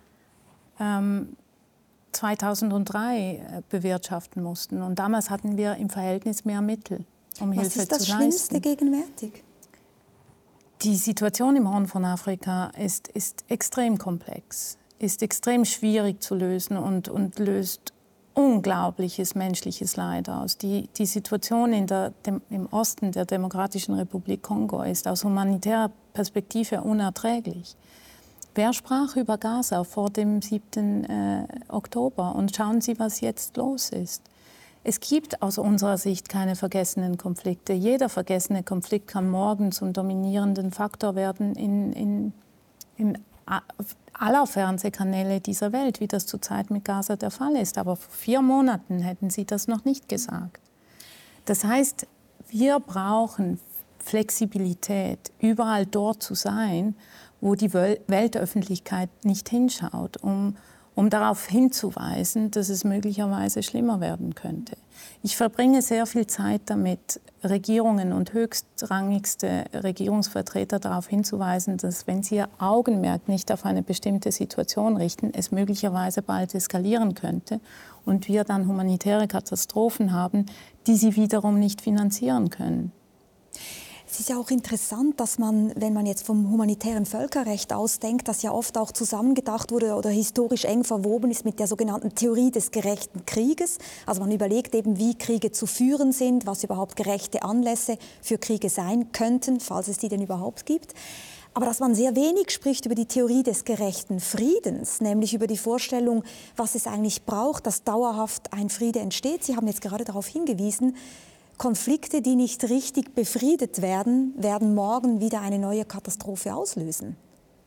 2003 bewirtschaften mussten. Und damals hatten wir im Verhältnis mehr Mittel, um Hilfe zu leisten. Was ist das Schlimmste gegenwärtig? Die Situation im Horn von Afrika ist extrem komplex, ist extrem schwierig zu lösen und löst unglaubliches menschliches Leid aus. Die Situation im Osten der Demokratischen Republik Kongo ist aus humanitärer Perspektive unerträglich. Wer sprach über Gaza vor dem 7. Oktober? Und schauen Sie, was jetzt los ist. Es gibt aus unserer Sicht keine vergessenen Konflikte. Jeder vergessene Konflikt kann morgen zum dominierenden Faktor werden in aller Fernsehkanäle dieser Welt, wie das zurzeit mit Gaza der Fall ist. Aber vor 4 Monaten hätten Sie das noch nicht gesagt. Das heißt, wir brauchen Flexibilität, überall dort zu sein, wo die Weltöffentlichkeit nicht hinschaut, um darauf hinzuweisen, dass es möglicherweise schlimmer werden könnte. Ich verbringe sehr viel Zeit damit, Regierungen und höchstrangigste Regierungsvertreter darauf hinzuweisen, dass, wenn sie ihr Augenmerk nicht auf eine bestimmte Situation richten, es möglicherweise bald eskalieren könnte und wir dann humanitäre Katastrophen haben, die sie wiederum nicht finanzieren können. Es ist ja auch interessant, dass man, wenn man jetzt vom humanitären Völkerrecht ausdenkt, das ja oft auch zusammengedacht wurde oder historisch eng verwoben ist mit der sogenannten Theorie des gerechten Krieges. Also man überlegt eben, wie Kriege zu führen sind, was überhaupt gerechte Anlässe für Kriege sein könnten, falls es die denn überhaupt gibt. Aber dass man sehr wenig spricht über die Theorie des gerechten Friedens, nämlich über die Vorstellung, was es eigentlich braucht, dass dauerhaft ein Friede entsteht. Sie haben jetzt gerade darauf hingewiesen, Konflikte, die nicht richtig befriedet werden, werden morgen wieder eine neue Katastrophe auslösen.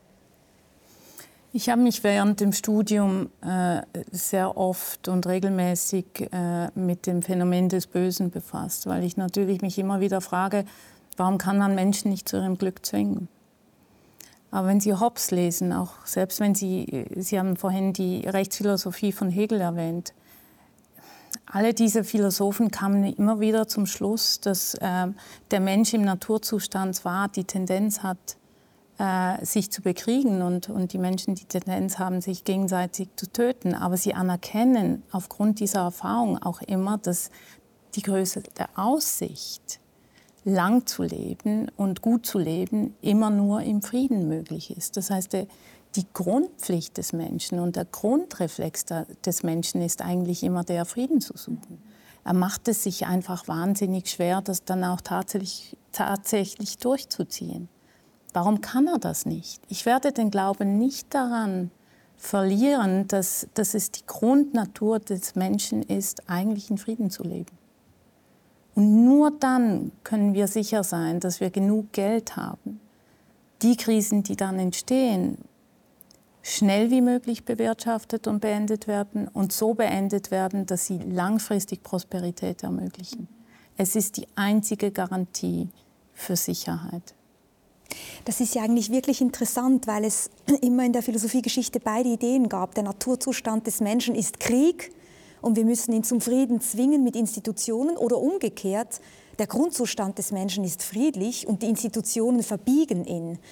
Ich habe mich während dem Studium sehr oft und regelmäßig mit dem Phänomen des Bösen befasst, weil ich natürlich mich immer wieder frage, warum kann man Menschen nicht zu ihrem Glück zwingen? Aber wenn Sie Hobbes lesen, auch selbst wenn Sie haben vorhin die Rechtsphilosophie von Hegel erwähnt, alle diese Philosophen kamen immer wieder zum Schluss, dass der Mensch im Naturzustand zwar die Tendenz hat, sich zu bekriegen und die Menschen die Tendenz haben, sich gegenseitig zu töten. Aber sie anerkennen aufgrund dieser Erfahrung auch immer, dass die Größe der Aussicht, lang zu leben und gut zu leben, immer nur im Frieden möglich ist. Das heißt, die Grundpflicht des Menschen und der Grundreflex des Menschen ist eigentlich immer der, Frieden zu suchen. Er macht es sich einfach wahnsinnig schwer, das dann auch tatsächlich durchzuziehen. Warum kann er das nicht? Ich werde den Glauben nicht daran verlieren, dass es die Grundnatur des Menschen ist, eigentlich in Frieden zu leben. Und nur dann können wir sicher sein, dass wir genug Geld haben, die Krisen, die dann entstehen, schnell wie möglich bewirtschaftet und beendet werden und so beendet werden, dass sie langfristig Prosperität ermöglichen. Es ist die einzige Garantie für Sicherheit. Das ist ja eigentlich wirklich interessant, weil es immer in der Philosophiegeschichte beide Ideen gab. Der Naturzustand des Menschen ist Krieg und wir müssen ihn zum Frieden zwingen mit Institutionen, oder umgekehrt, der Grundzustand des Menschen ist friedlich und die Institutionen verbiegen ihn.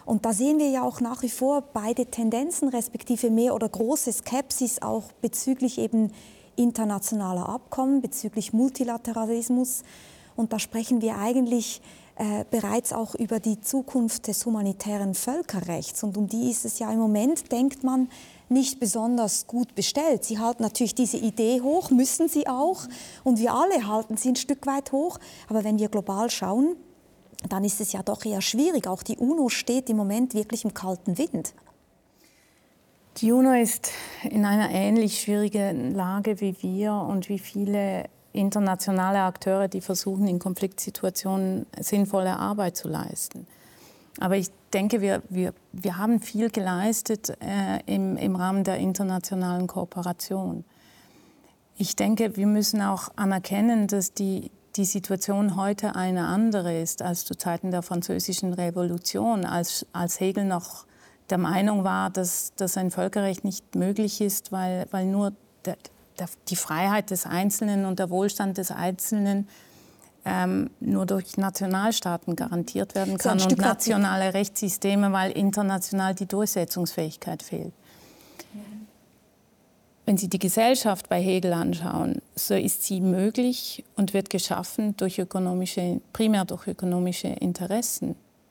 Und da sehen wir ja auch nach wie vor beide Tendenzen, respektive mehr oder große Skepsis auch bezüglich eben internationaler Abkommen, bezüglich Multilateralismus. Und da sprechen wir eigentlich bereits auch über die Zukunft des humanitären Völkerrechts. Und um die ist es ja im Moment, denkt man, nicht besonders gut bestellt. Sie halten natürlich diese Idee hoch, müssen sie auch. Und wir alle halten sie ein Stück weit hoch. Aber wenn wir global schauen, dann ist es ja doch eher schwierig. Auch die UNO steht im Moment wirklich im kalten Wind. Die UNO ist in einer ähnlich schwierigen Lage wie wir und wie viele internationale Akteure, die versuchen, in Konfliktsituationen sinnvolle Arbeit zu leisten. Aber ich denke, wir haben viel geleistet im Rahmen der internationalen Kooperation. Ich denke, wir müssen auch anerkennen, dass die Situation heute eine andere ist als zu Zeiten der Französischen Revolution, als Hegel noch der Meinung war, dass ein Völkerrecht nicht möglich ist, weil nur die Freiheit des Einzelnen und der Wohlstand des Einzelnen nur durch Nationalstaaten garantiert werden kann und nationale Rechtssysteme, weil international die Durchsetzungsfähigkeit fehlt. Ja. Wenn Sie die Gesellschaft bei Hegel anschauen, so ist sie möglich und wird geschaffen primär durch ökonomische Interessen.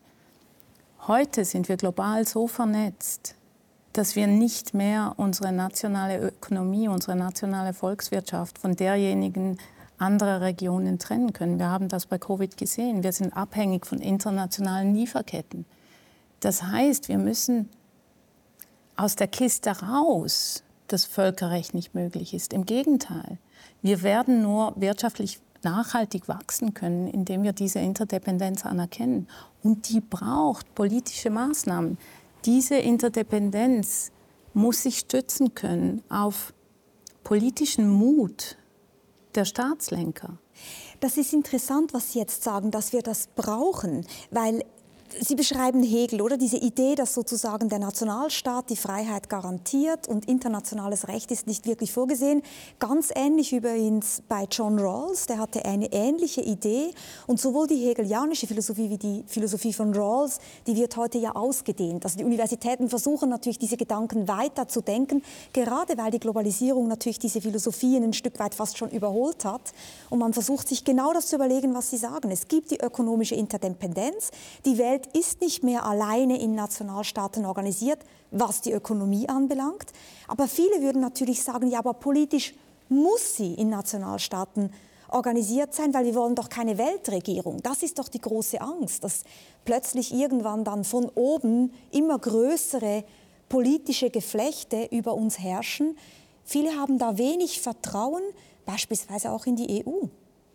Heute sind wir global so vernetzt, dass wir nicht mehr unsere nationale Ökonomie, unsere nationale Volkswirtschaft von derjenigen anderer Regionen trennen können. Wir haben das bei Covid gesehen. Wir sind abhängig von internationalen Lieferketten. Das heißt, wir müssen aus der Kiste raus, dass Völkerrecht nicht möglich ist. Im Gegenteil, wir werden nur wirtschaftlich nachhaltig wachsen können, indem wir diese Interdependenz anerkennen. Und die braucht politische Maßnahmen. Diese Interdependenz muss sich stützen können auf politischen Mut der Staatslenker. Das ist interessant, was Sie jetzt sagen, dass wir das brauchen, weil Sie beschreiben Hegel, oder? Diese Idee, dass sozusagen der Nationalstaat die Freiheit garantiert und internationales Recht ist nicht wirklich vorgesehen. Ganz ähnlich übrigens bei John Rawls, der hatte eine ähnliche Idee. Und sowohl die hegelianische Philosophie wie die Philosophie von Rawls, die wird heute ja ausgedehnt. Also die Universitäten versuchen natürlich, diese Gedanken weiter zu denken, gerade weil die Globalisierung natürlich diese Philosophien ein Stück weit fast schon überholt hat. Und man versucht sich genau das zu überlegen, was Sie sagen. Es gibt die ökonomische Interdependenz. Die Welt ist nicht mehr alleine in Nationalstaaten organisiert, was die Ökonomie anbelangt. Aber viele würden natürlich sagen, ja, aber politisch muss sie in Nationalstaaten organisiert sein, weil wir wollen doch keine Weltregierung. Das ist doch die große Angst, dass plötzlich irgendwann dann von oben immer größere politische Geflechte über uns herrschen. Viele haben da wenig Vertrauen, beispielsweise auch in die EU.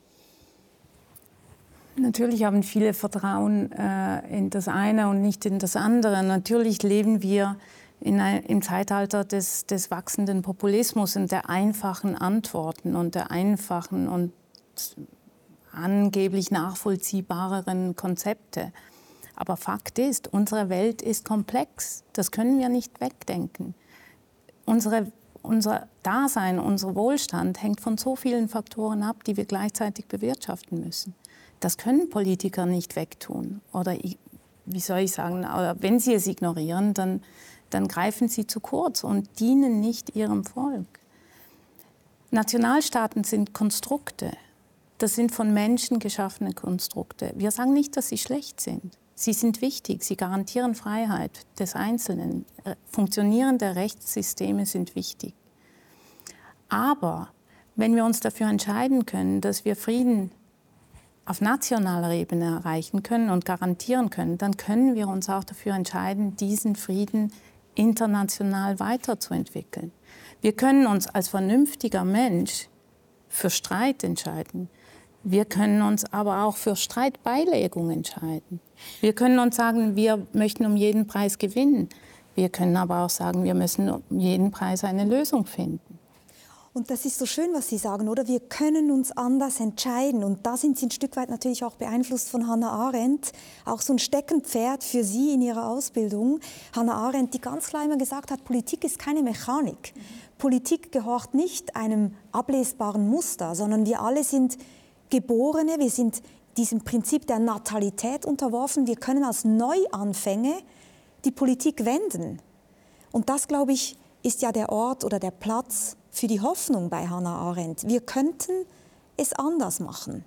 Natürlich haben viele Vertrauen in das eine und nicht in das andere. Natürlich leben wir im Zeitalter des wachsenden Populismus und der einfachen Antworten und der einfachen und angeblich nachvollziehbareren Konzepte. Aber Fakt ist, unsere Welt ist komplex. Das können wir nicht wegdenken. Unser Dasein, unser Wohlstand hängt von so vielen Faktoren ab, die wir gleichzeitig bewirtschaften müssen. Das können Politiker nicht wegtun. Oder wie soll ich sagen, oder wenn sie es ignorieren, dann greifen sie zu kurz und dienen nicht ihrem Volk. Nationalstaaten sind Konstrukte. Das sind von Menschen geschaffene Konstrukte. Wir sagen nicht, dass sie schlecht sind. Sie sind wichtig, sie garantieren Freiheit des Einzelnen. Funktionierende Rechtssysteme sind wichtig. Aber wenn wir uns dafür entscheiden können, dass wir Frieden auf nationaler Ebene erreichen können und garantieren können, dann können wir uns auch dafür entscheiden, diesen Frieden international weiterzuentwickeln. Wir können uns als vernünftiger Mensch für Streit entscheiden. Wir können uns aber auch für Streitbeilegung entscheiden. Wir können uns sagen, wir möchten um jeden Preis gewinnen. Wir können aber auch sagen, wir müssen um jeden Preis eine Lösung finden. Und das ist so schön, was Sie sagen, oder? Wir können uns anders entscheiden. Und da sind Sie ein Stück weit natürlich auch beeinflusst von Hannah Arendt. Auch so ein Steckenpferd für Sie in Ihrer Ausbildung. Hannah Arendt, die ganz klar immer gesagt hat, Politik ist keine Mechanik. Politik gehorcht nicht einem ablesbaren Muster, sondern wir alle sind Geborene, wir sind diesem Prinzip der Natalität unterworfen. Wir können als Neuanfänge die Politik wenden. Und das, glaube ich, ist ja der Ort oder der Platz für die Hoffnung bei Hannah Arendt. Wir könnten es anders machen.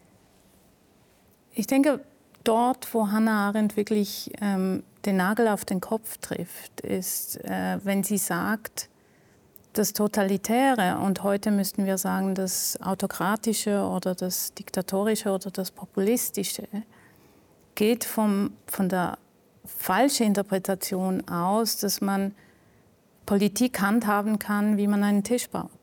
Ich denke, dort, wo Hannah Arendt wirklich den Nagel auf den Kopf trifft, ist, wenn sie sagt, das Totalitäre, und heute müssten wir sagen, das Autokratische oder das Diktatorische oder das Populistische, geht von der falschen Interpretation aus, dass man Politik handhaben kann, wie man einen Tisch baut.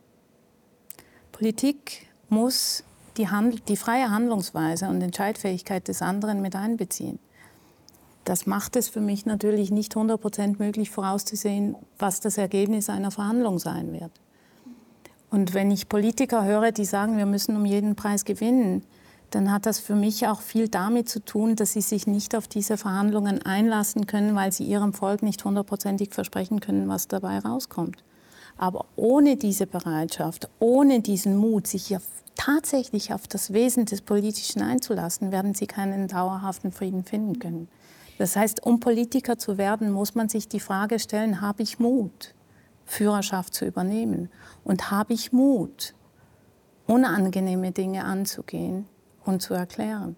Politik muss die freie Handlungsweise und Entscheidfähigkeit des anderen mit einbeziehen. Das macht es für mich natürlich nicht 100% möglich vorauszusehen, was das Ergebnis einer Verhandlung sein wird. Und wenn ich Politiker höre, die sagen, wir müssen um jeden Preis gewinnen, dann hat das für mich auch viel damit zu tun, dass sie sich nicht auf diese Verhandlungen einlassen können, weil sie ihrem Volk nicht 100%ig versprechen können, was dabei rauskommt. Aber ohne diese Bereitschaft, ohne diesen Mut, sich tatsächlich auf das Wesen des Politischen einzulassen, werden sie keinen dauerhaften Frieden finden können. Das heißt, um Politiker zu werden, muss man sich die Frage stellen, habe ich Mut, Führerschaft zu übernehmen? Und habe ich Mut, unangenehme Dinge anzugehen und zu erklären?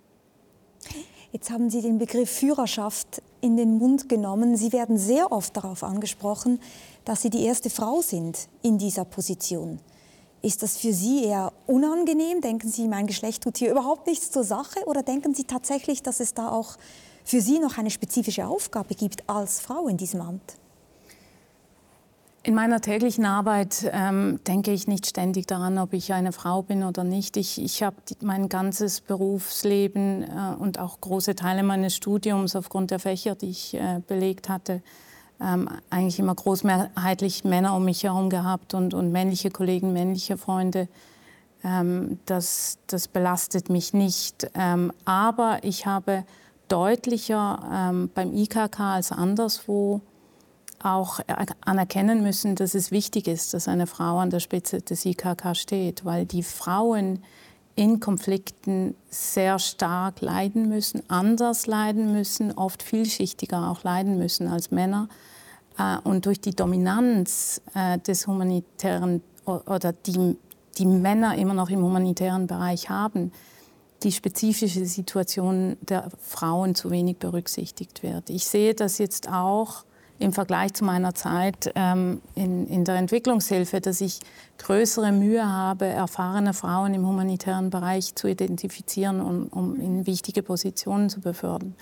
Jetzt haben Sie den Begriff Führerschaft in den Mund genommen. Sie werden sehr oft darauf angesprochen, dass Sie die erste Frau sind in dieser Position. Ist das für Sie eher unangenehm? Denken Sie, mein Geschlecht tut hier überhaupt nichts zur Sache? Oder denken Sie tatsächlich, dass es da auch für Sie noch eine spezifische Aufgabe gibt als Frau in diesem Amt? In meiner täglichen Arbeit denke ich nicht ständig daran, ob ich eine Frau bin oder nicht. Ich habe mein ganzes Berufsleben und auch große Teile meines Studiums aufgrund der Fächer, die ich belegt hatte, eigentlich immer großmehrheitlich Männer um mich herum gehabt und männliche Kollegen, männliche Freunde. Das belastet mich nicht. Aber ich habe deutlicher beim IKK als anderswo auch anerkennen müssen, dass es wichtig ist, dass eine Frau an der Spitze des IKK steht, weil die Frauen in Konflikten sehr stark leiden müssen, anders leiden müssen, oft vielschichtiger auch leiden müssen als Männer. Und durch die Dominanz des humanitären oder die Männer immer noch im humanitären Bereich haben, die spezifische Situation der Frauen zu wenig berücksichtigt wird. Ich sehe das jetzt auch im Vergleich zu meiner Zeit in der Entwicklungshilfe, dass ich größere Mühe habe, erfahrene Frauen im humanitären Bereich zu identifizieren, um sie in wichtige Positionen zu befördern.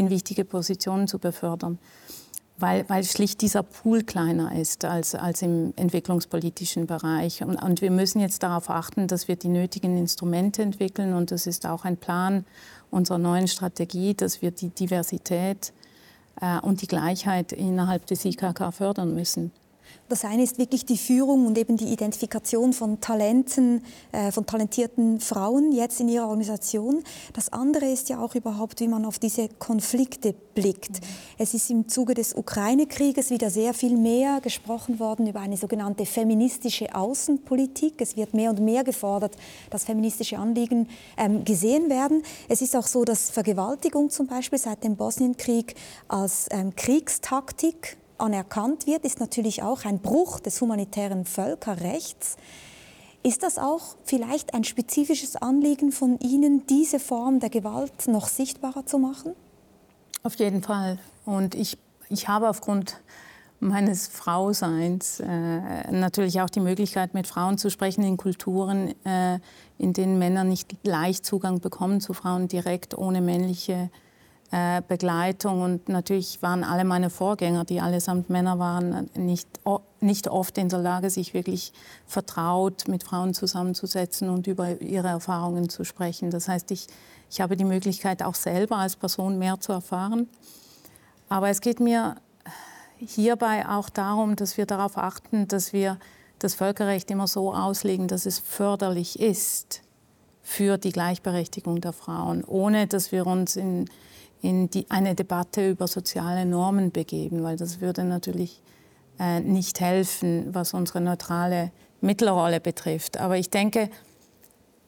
Weil schlicht dieser Pool kleiner ist als im entwicklungspolitischen Bereich. Und wir müssen jetzt darauf achten, dass wir die nötigen Instrumente entwickeln. Und das ist auch ein Plan unserer neuen Strategie, dass wir die Diversität und die Gleichheit innerhalb des IKK fördern müssen. Das eine ist wirklich die Führung und eben die Identifikation von Talenten, von talentierten Frauen jetzt in ihrer Organisation. Das andere ist ja auch überhaupt, wie man auf diese Konflikte blickt. Es ist im Zuge des Ukraine-Krieges wieder sehr viel mehr gesprochen worden über eine sogenannte feministische Außenpolitik. Es wird mehr und mehr gefordert, dass feministische Anliegen gesehen werden. Es ist auch so, dass Vergewaltigung zum Beispiel seit dem Bosnienkrieg als Kriegstaktik anerkannt wird, ist natürlich auch ein Bruch des humanitären Völkerrechts. Ist das auch vielleicht ein spezifisches Anliegen von Ihnen, diese Form der Gewalt noch sichtbarer zu machen? Auf jeden Fall. Und ich habe aufgrund meines Frauseins natürlich auch die Möglichkeit, mit Frauen zu sprechen in Kulturen, in denen Männer nicht leicht Zugang bekommen zu Frauen direkt ohne männliche Begleitung. Und natürlich waren alle meine Vorgänger, die allesamt Männer waren, nicht oft in der Lage, sich wirklich vertraut mit Frauen zusammenzusetzen und über ihre Erfahrungen zu sprechen. Das heißt, ich habe die Möglichkeit, auch selber als Person mehr zu erfahren. Aber es geht mir hierbei auch darum, dass wir darauf achten, dass wir das Völkerrecht immer so auslegen, dass es förderlich ist für die Gleichberechtigung der Frauen, ohne dass wir uns in eine Debatte über soziale Normen begeben, weil das würde natürlich nicht helfen, was unsere neutrale Mittelrolle betrifft. Aber ich denke,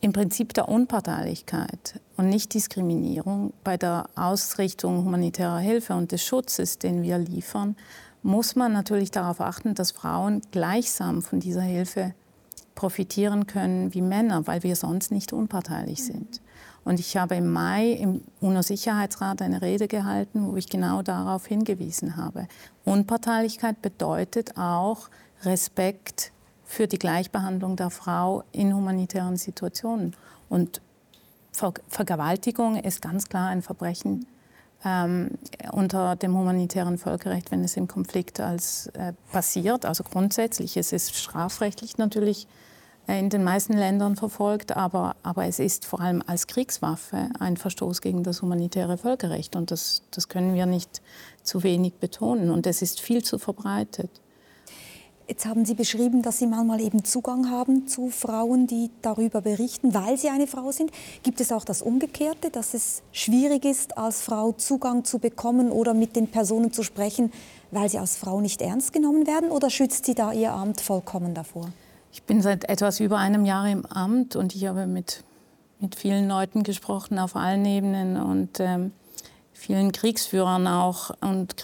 im Prinzip der Unparteilichkeit und Nichtdiskriminierung bei der Ausrichtung humanitärer Hilfe und des Schutzes, den wir liefern, muss man natürlich darauf achten, dass Frauen gleichsam von dieser Hilfe profitieren können wie Männer, weil wir sonst nicht unparteilich sind. Und ich habe im Mai im UNO-Sicherheitsrat eine Rede gehalten, wo ich genau darauf hingewiesen habe. Unparteilichkeit bedeutet auch Respekt für die Gleichbehandlung der Frau in humanitären Situationen. Und Vergewaltigung ist ganz klar ein Verbrechen unter dem humanitären Völkerrecht, wenn es im Konflikt passiert. Also grundsätzlich, es ist strafrechtlich natürlich in den meisten Ländern verfolgt, aber es ist vor allem als Kriegswaffe ein Verstoß gegen das humanitäre Völkerrecht. Und das können wir nicht zu wenig betonen. Und es ist viel zu verbreitet. Jetzt haben Sie beschrieben, dass Sie manchmal eben Zugang haben zu Frauen, die darüber berichten, weil sie eine Frau sind. Gibt es auch das Umgekehrte, dass es schwierig ist, als Frau Zugang zu bekommen oder mit den Personen zu sprechen, weil sie als Frau nicht ernst genommen werden? Oder schützt Sie da Ihr Amt vollkommen davor? Ich bin seit etwas über einem Jahr im Amt und ich habe mit vielen Leuten gesprochen auf allen Ebenen und vielen Kriegsführern auch und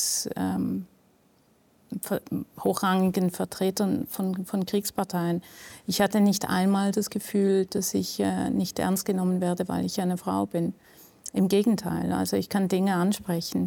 hochrangigen Vertretern von Kriegsparteien. Ich hatte nicht einmal das Gefühl, dass ich nicht ernst genommen werde, weil ich eine Frau bin. Im Gegenteil, also ich kann Dinge ansprechen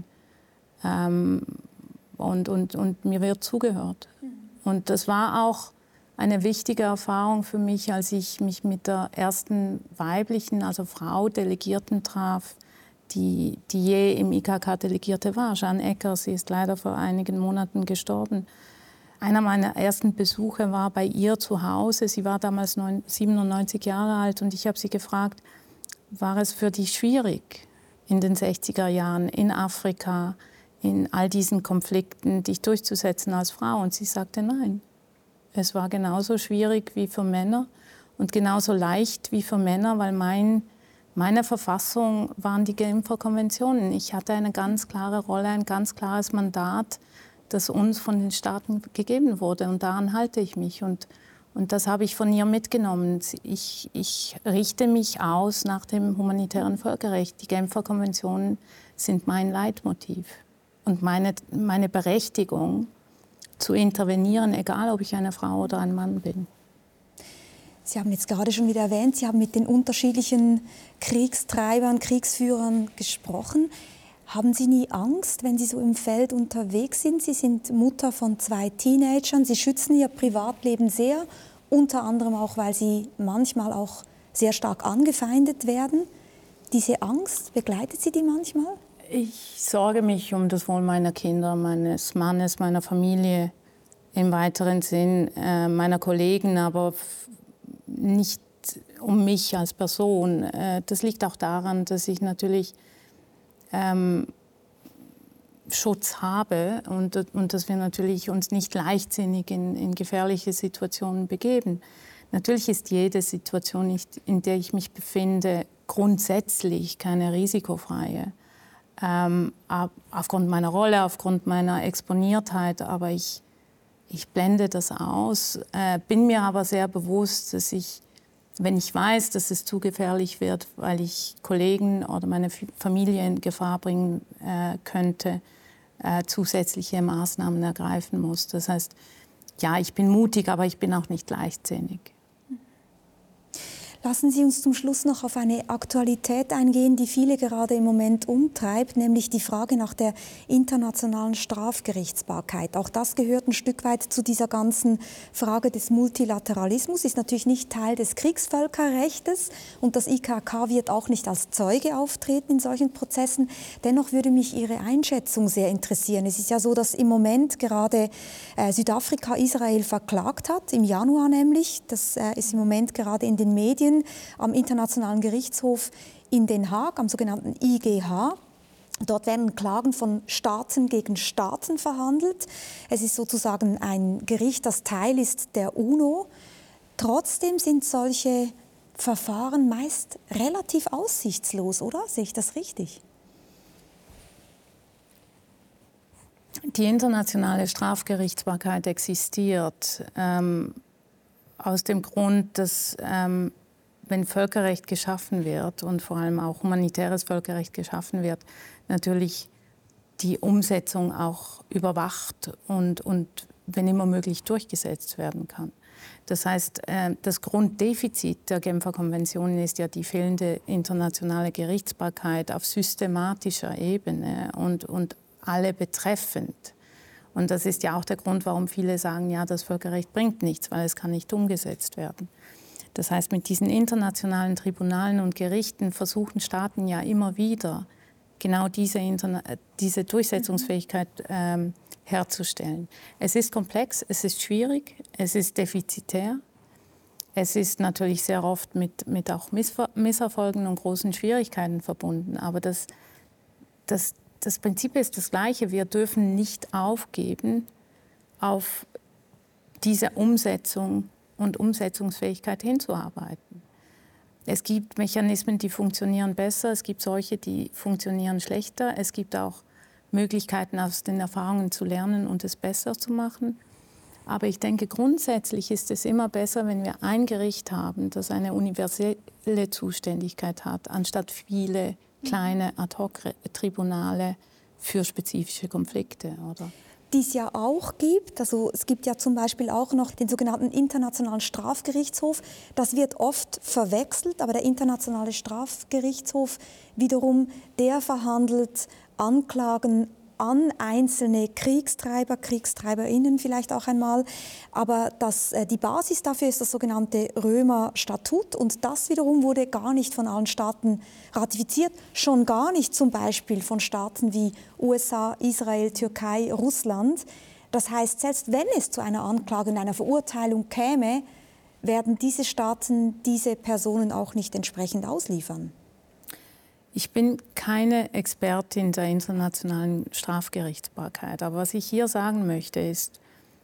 und mir wird zugehört. Und das war auch eine wichtige Erfahrung für mich, als ich mich mit der ersten weiblichen, also Frau Delegierten traf, die je im IKK Delegierte war, Jeanne Ecker. Sie ist leider vor einigen Monaten gestorben. Einer meiner ersten Besuche war bei ihr zu Hause. Sie war damals 97 Jahre alt und ich habe sie gefragt, war es für dich schwierig in den 60er Jahren in Afrika, in all diesen Konflikten, dich durchzusetzen als Frau? Und sie sagte nein. Es war genauso schwierig wie für Männer und genauso leicht wie für Männer, weil meine Verfassung waren die Genfer Konventionen. Ich hatte eine ganz klare Rolle, ein ganz klares Mandat, das uns von den Staaten gegeben wurde. Und daran halte ich mich. Und das habe ich von ihr mitgenommen. Ich richte mich aus nach dem humanitären Völkerrecht. Die Genfer Konventionen sind mein Leitmotiv und meine Berechtigung zu intervenieren, egal ob ich eine Frau oder ein Mann bin. Sie haben jetzt gerade schon wieder erwähnt, Sie haben mit den unterschiedlichen Kriegstreibern, Kriegsführern gesprochen. Haben Sie nie Angst, wenn Sie so im Feld unterwegs sind? Sie sind Mutter von 2 Teenagern. Sie schützen Ihr Privatleben sehr, unter anderem auch, weil Sie manchmal auch sehr stark angefeindet werden. Diese Angst, begleitet Sie die manchmal? Ich sorge mich um das Wohl meiner Kinder, meines Mannes, meiner Familie, im weiteren Sinn, meiner Kollegen, aber nicht um mich als Person. Das liegt auch daran, dass ich natürlich Schutz habe und dass wir natürlich uns nicht leichtsinnig in gefährliche Situationen begeben. Natürlich ist jede Situation, in der ich mich befinde, grundsätzlich keine risikofreie. Aufgrund meiner Rolle, aufgrund meiner Exponiertheit, aber ich blende das aus, bin mir aber sehr bewusst, dass ich, wenn ich weiß, dass es zu gefährlich wird, weil ich Kollegen oder meine Familie in Gefahr bringen könnte, zusätzliche Maßnahmen ergreifen muss. Das heißt, ja, ich bin mutig, aber ich bin auch nicht leichtsinnig. Lassen Sie uns zum Schluss noch auf eine Aktualität eingehen, die viele gerade im Moment umtreibt, nämlich die Frage nach der internationalen Strafgerichtsbarkeit. Auch das gehört ein Stück weit zu dieser ganzen Frage des Multilateralismus, ist natürlich nicht Teil des Kriegsvölkerrechtes und das IKK wird auch nicht als Zeuge auftreten in solchen Prozessen. Dennoch würde mich Ihre Einschätzung sehr interessieren. Es ist ja so, dass im Moment gerade Südafrika Israel verklagt hat, im Januar nämlich. Das ist im Moment gerade in den Medien am Internationalen Gerichtshof in Den Haag, am sogenannten IGH. Dort werden Klagen von Staaten gegen Staaten verhandelt. Es ist sozusagen ein Gericht, das Teil ist der UNO. Trotzdem sind solche Verfahren meist relativ aussichtslos, oder? Sehe ich das richtig? Die internationale Strafgerichtsbarkeit existiert aus dem Grund, dass wenn Völkerrecht geschaffen wird und vor allem auch humanitäres Völkerrecht geschaffen wird, natürlich die Umsetzung auch überwacht und wenn immer möglich durchgesetzt werden kann. Das heißt, das Grunddefizit der Genfer Konventionen ist ja die fehlende internationale Gerichtsbarkeit auf systematischer Ebene und alle betreffend. Und das ist ja auch der Grund, warum viele sagen, ja, das Völkerrecht bringt nichts, weil es kann nicht umgesetzt werden. Das heißt, mit diesen internationalen Tribunalen und Gerichten versuchen Staaten ja immer wieder, genau diese Durchsetzungsfähigkeit herzustellen. Es ist komplex, es ist schwierig, es ist defizitär. Es ist natürlich sehr oft mit auch Misserfolgen und großen Schwierigkeiten verbunden. Aber das Prinzip ist das Gleiche. Wir dürfen nicht aufgeben, auf diese Umsetzung und Umsetzungsfähigkeit hinzuarbeiten. Es gibt Mechanismen, die funktionieren besser, es gibt solche, die funktionieren schlechter. Es gibt auch Möglichkeiten, aus den Erfahrungen zu lernen und es besser zu machen. Aber ich denke, grundsätzlich ist es immer besser, wenn wir ein Gericht haben, das eine universelle Zuständigkeit hat, anstatt viele kleine Ad-hoc-Tribunale für spezifische Konflikte, oder? Die es ja auch gibt. Also es gibt ja zum Beispiel auch noch den sogenannten Internationalen Strafgerichtshof. Das wird oft verwechselt, aber der Internationale Strafgerichtshof wiederum, der verhandelt Anklagen an einzelne Kriegstreiber, KriegstreiberInnen vielleicht auch einmal. Aber die Basis dafür ist das sogenannte Römer Statut. Und das wiederum wurde gar nicht von allen Staaten ratifiziert. Schon gar nicht zum Beispiel von Staaten wie USA, Israel, Türkei, Russland. Das heißt, selbst wenn es zu einer Anklage und einer Verurteilung käme, werden diese Staaten diese Personen auch nicht entsprechend ausliefern. Ich bin keine Expertin der internationalen Strafgerichtsbarkeit, aber was ich hier sagen möchte ist,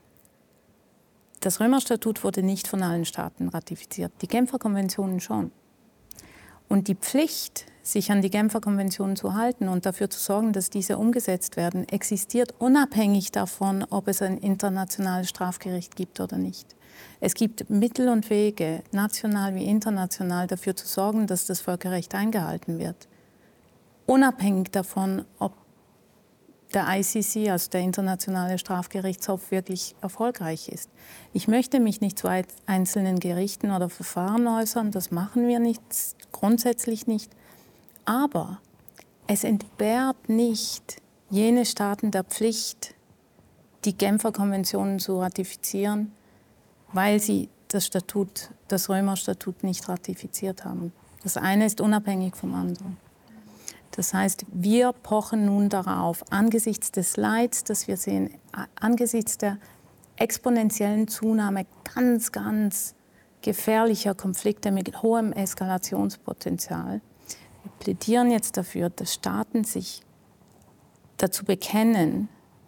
das Römerstatut wurde nicht von allen Staaten ratifiziert, die Genfer Konventionen schon. Und die Pflicht, sich an die Genfer Konventionen zu halten und dafür zu sorgen, dass diese umgesetzt werden, existiert unabhängig davon, ob es ein internationales Strafgericht gibt oder nicht. Es gibt Mittel und Wege, national wie international, dafür zu sorgen, dass das Völkerrecht eingehalten wird. Unabhängig davon, ob der ICC, also der Internationale Strafgerichtshof, wirklich erfolgreich ist. Ich möchte mich nicht zu einzelnen Gerichten oder Verfahren äußern, das machen wir nicht, grundsätzlich nicht. Aber es entbehrt nicht jene Staaten der Pflicht, die Genfer Konventionen zu ratifizieren, weil sie das Römerstatut nicht ratifiziert haben. Das eine ist unabhängig vom anderen. Das heißt, wir pochen nun darauf, angesichts des Leids, das wir sehen, angesichts der exponentiellen Zunahme ganz, ganz gefährlicher Konflikte mit hohem Eskalationspotenzial. Wir plädieren jetzt dafür, dass Staaten sich dazu bekennen,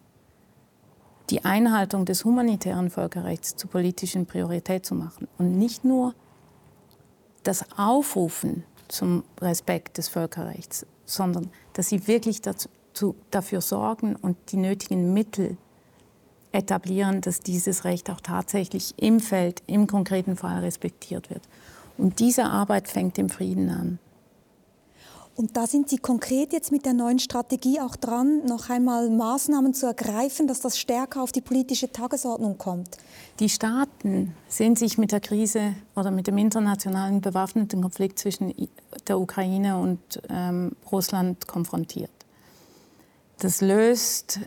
die Einhaltung des humanitären Völkerrechts zur politischen Priorität zu machen und nicht nur das Aufrufen zum Respekt des Völkerrechts, sondern dass sie wirklich dafür sorgen und die nötigen Mittel etablieren, dass dieses Recht auch tatsächlich im Feld, im konkreten Fall respektiert wird. Und diese Arbeit fängt im Frieden an. Und da sind Sie konkret jetzt mit der neuen Strategie auch dran, noch einmal Maßnahmen zu ergreifen, dass das stärker auf die politische Tagesordnung kommt? Die Staaten sehen sich mit der Krise oder mit dem internationalen bewaffneten Konflikt zwischen der Ukraine und Russland konfrontiert. Das löst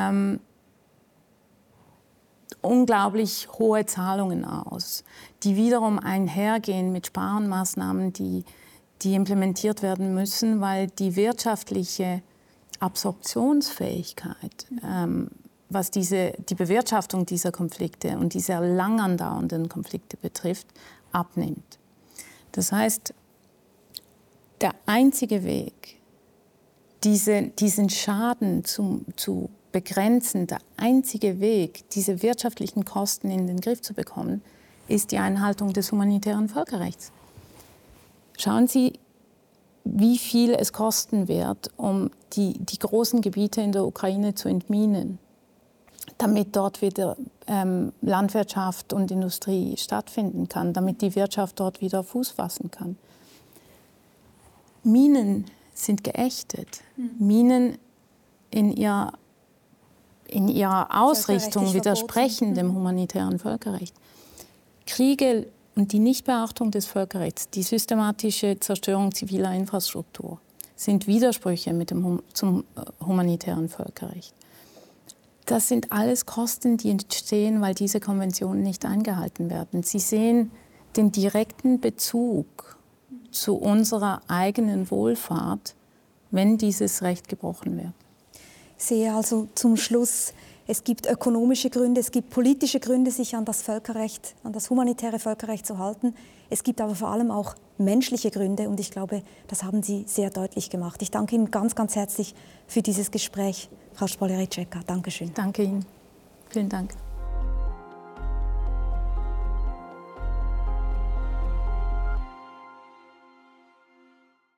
unglaublich hohe Zahlungen aus, die wiederum einhergehen mit Sparmaßnahmen, die implementiert werden müssen, weil die wirtschaftliche Absorptionsfähigkeit, was die Bewirtschaftung dieser Konflikte und dieser lang andauernden Konflikte betrifft, abnimmt. Das heißt, der einzige Weg, diesen Schaden zu begrenzen, der einzige Weg, diese wirtschaftlichen Kosten in den Griff zu bekommen, ist die Einhaltung des humanitären Völkerrechts. Schauen Sie, wie viel es kosten wird, um die großen Gebiete in der Ukraine zu entminen. damit dort wieder Landwirtschaft und Industrie stattfinden kann, damit die Wirtschaft dort wieder Fuß fassen kann. Minen sind geächtet. Minen in ihrer Ausrichtung widersprechen dem humanitären Völkerrecht. Kriege und die Nichtbeachtung des Völkerrechts, die systematische Zerstörung ziviler Infrastruktur sind Widersprüche zum humanitären Völkerrecht. Das sind alles Kosten, die entstehen, weil diese Konventionen nicht eingehalten werden. Sie sehen den direkten Bezug zu unserer eigenen Wohlfahrt, wenn dieses Recht gebrochen wird. Ich sehe also zum Schluss, es gibt ökonomische Gründe, es gibt politische Gründe, sich an das Völkerrecht, an das humanitäre Völkerrecht zu halten. Es gibt aber vor allem auch menschliche Gründe und ich glaube, das haben Sie sehr deutlich gemacht. Ich danke Ihnen ganz, ganz herzlich für dieses Gespräch, Frau Spoleryceka. Dankeschön. Danke Ihnen. Vielen Dank.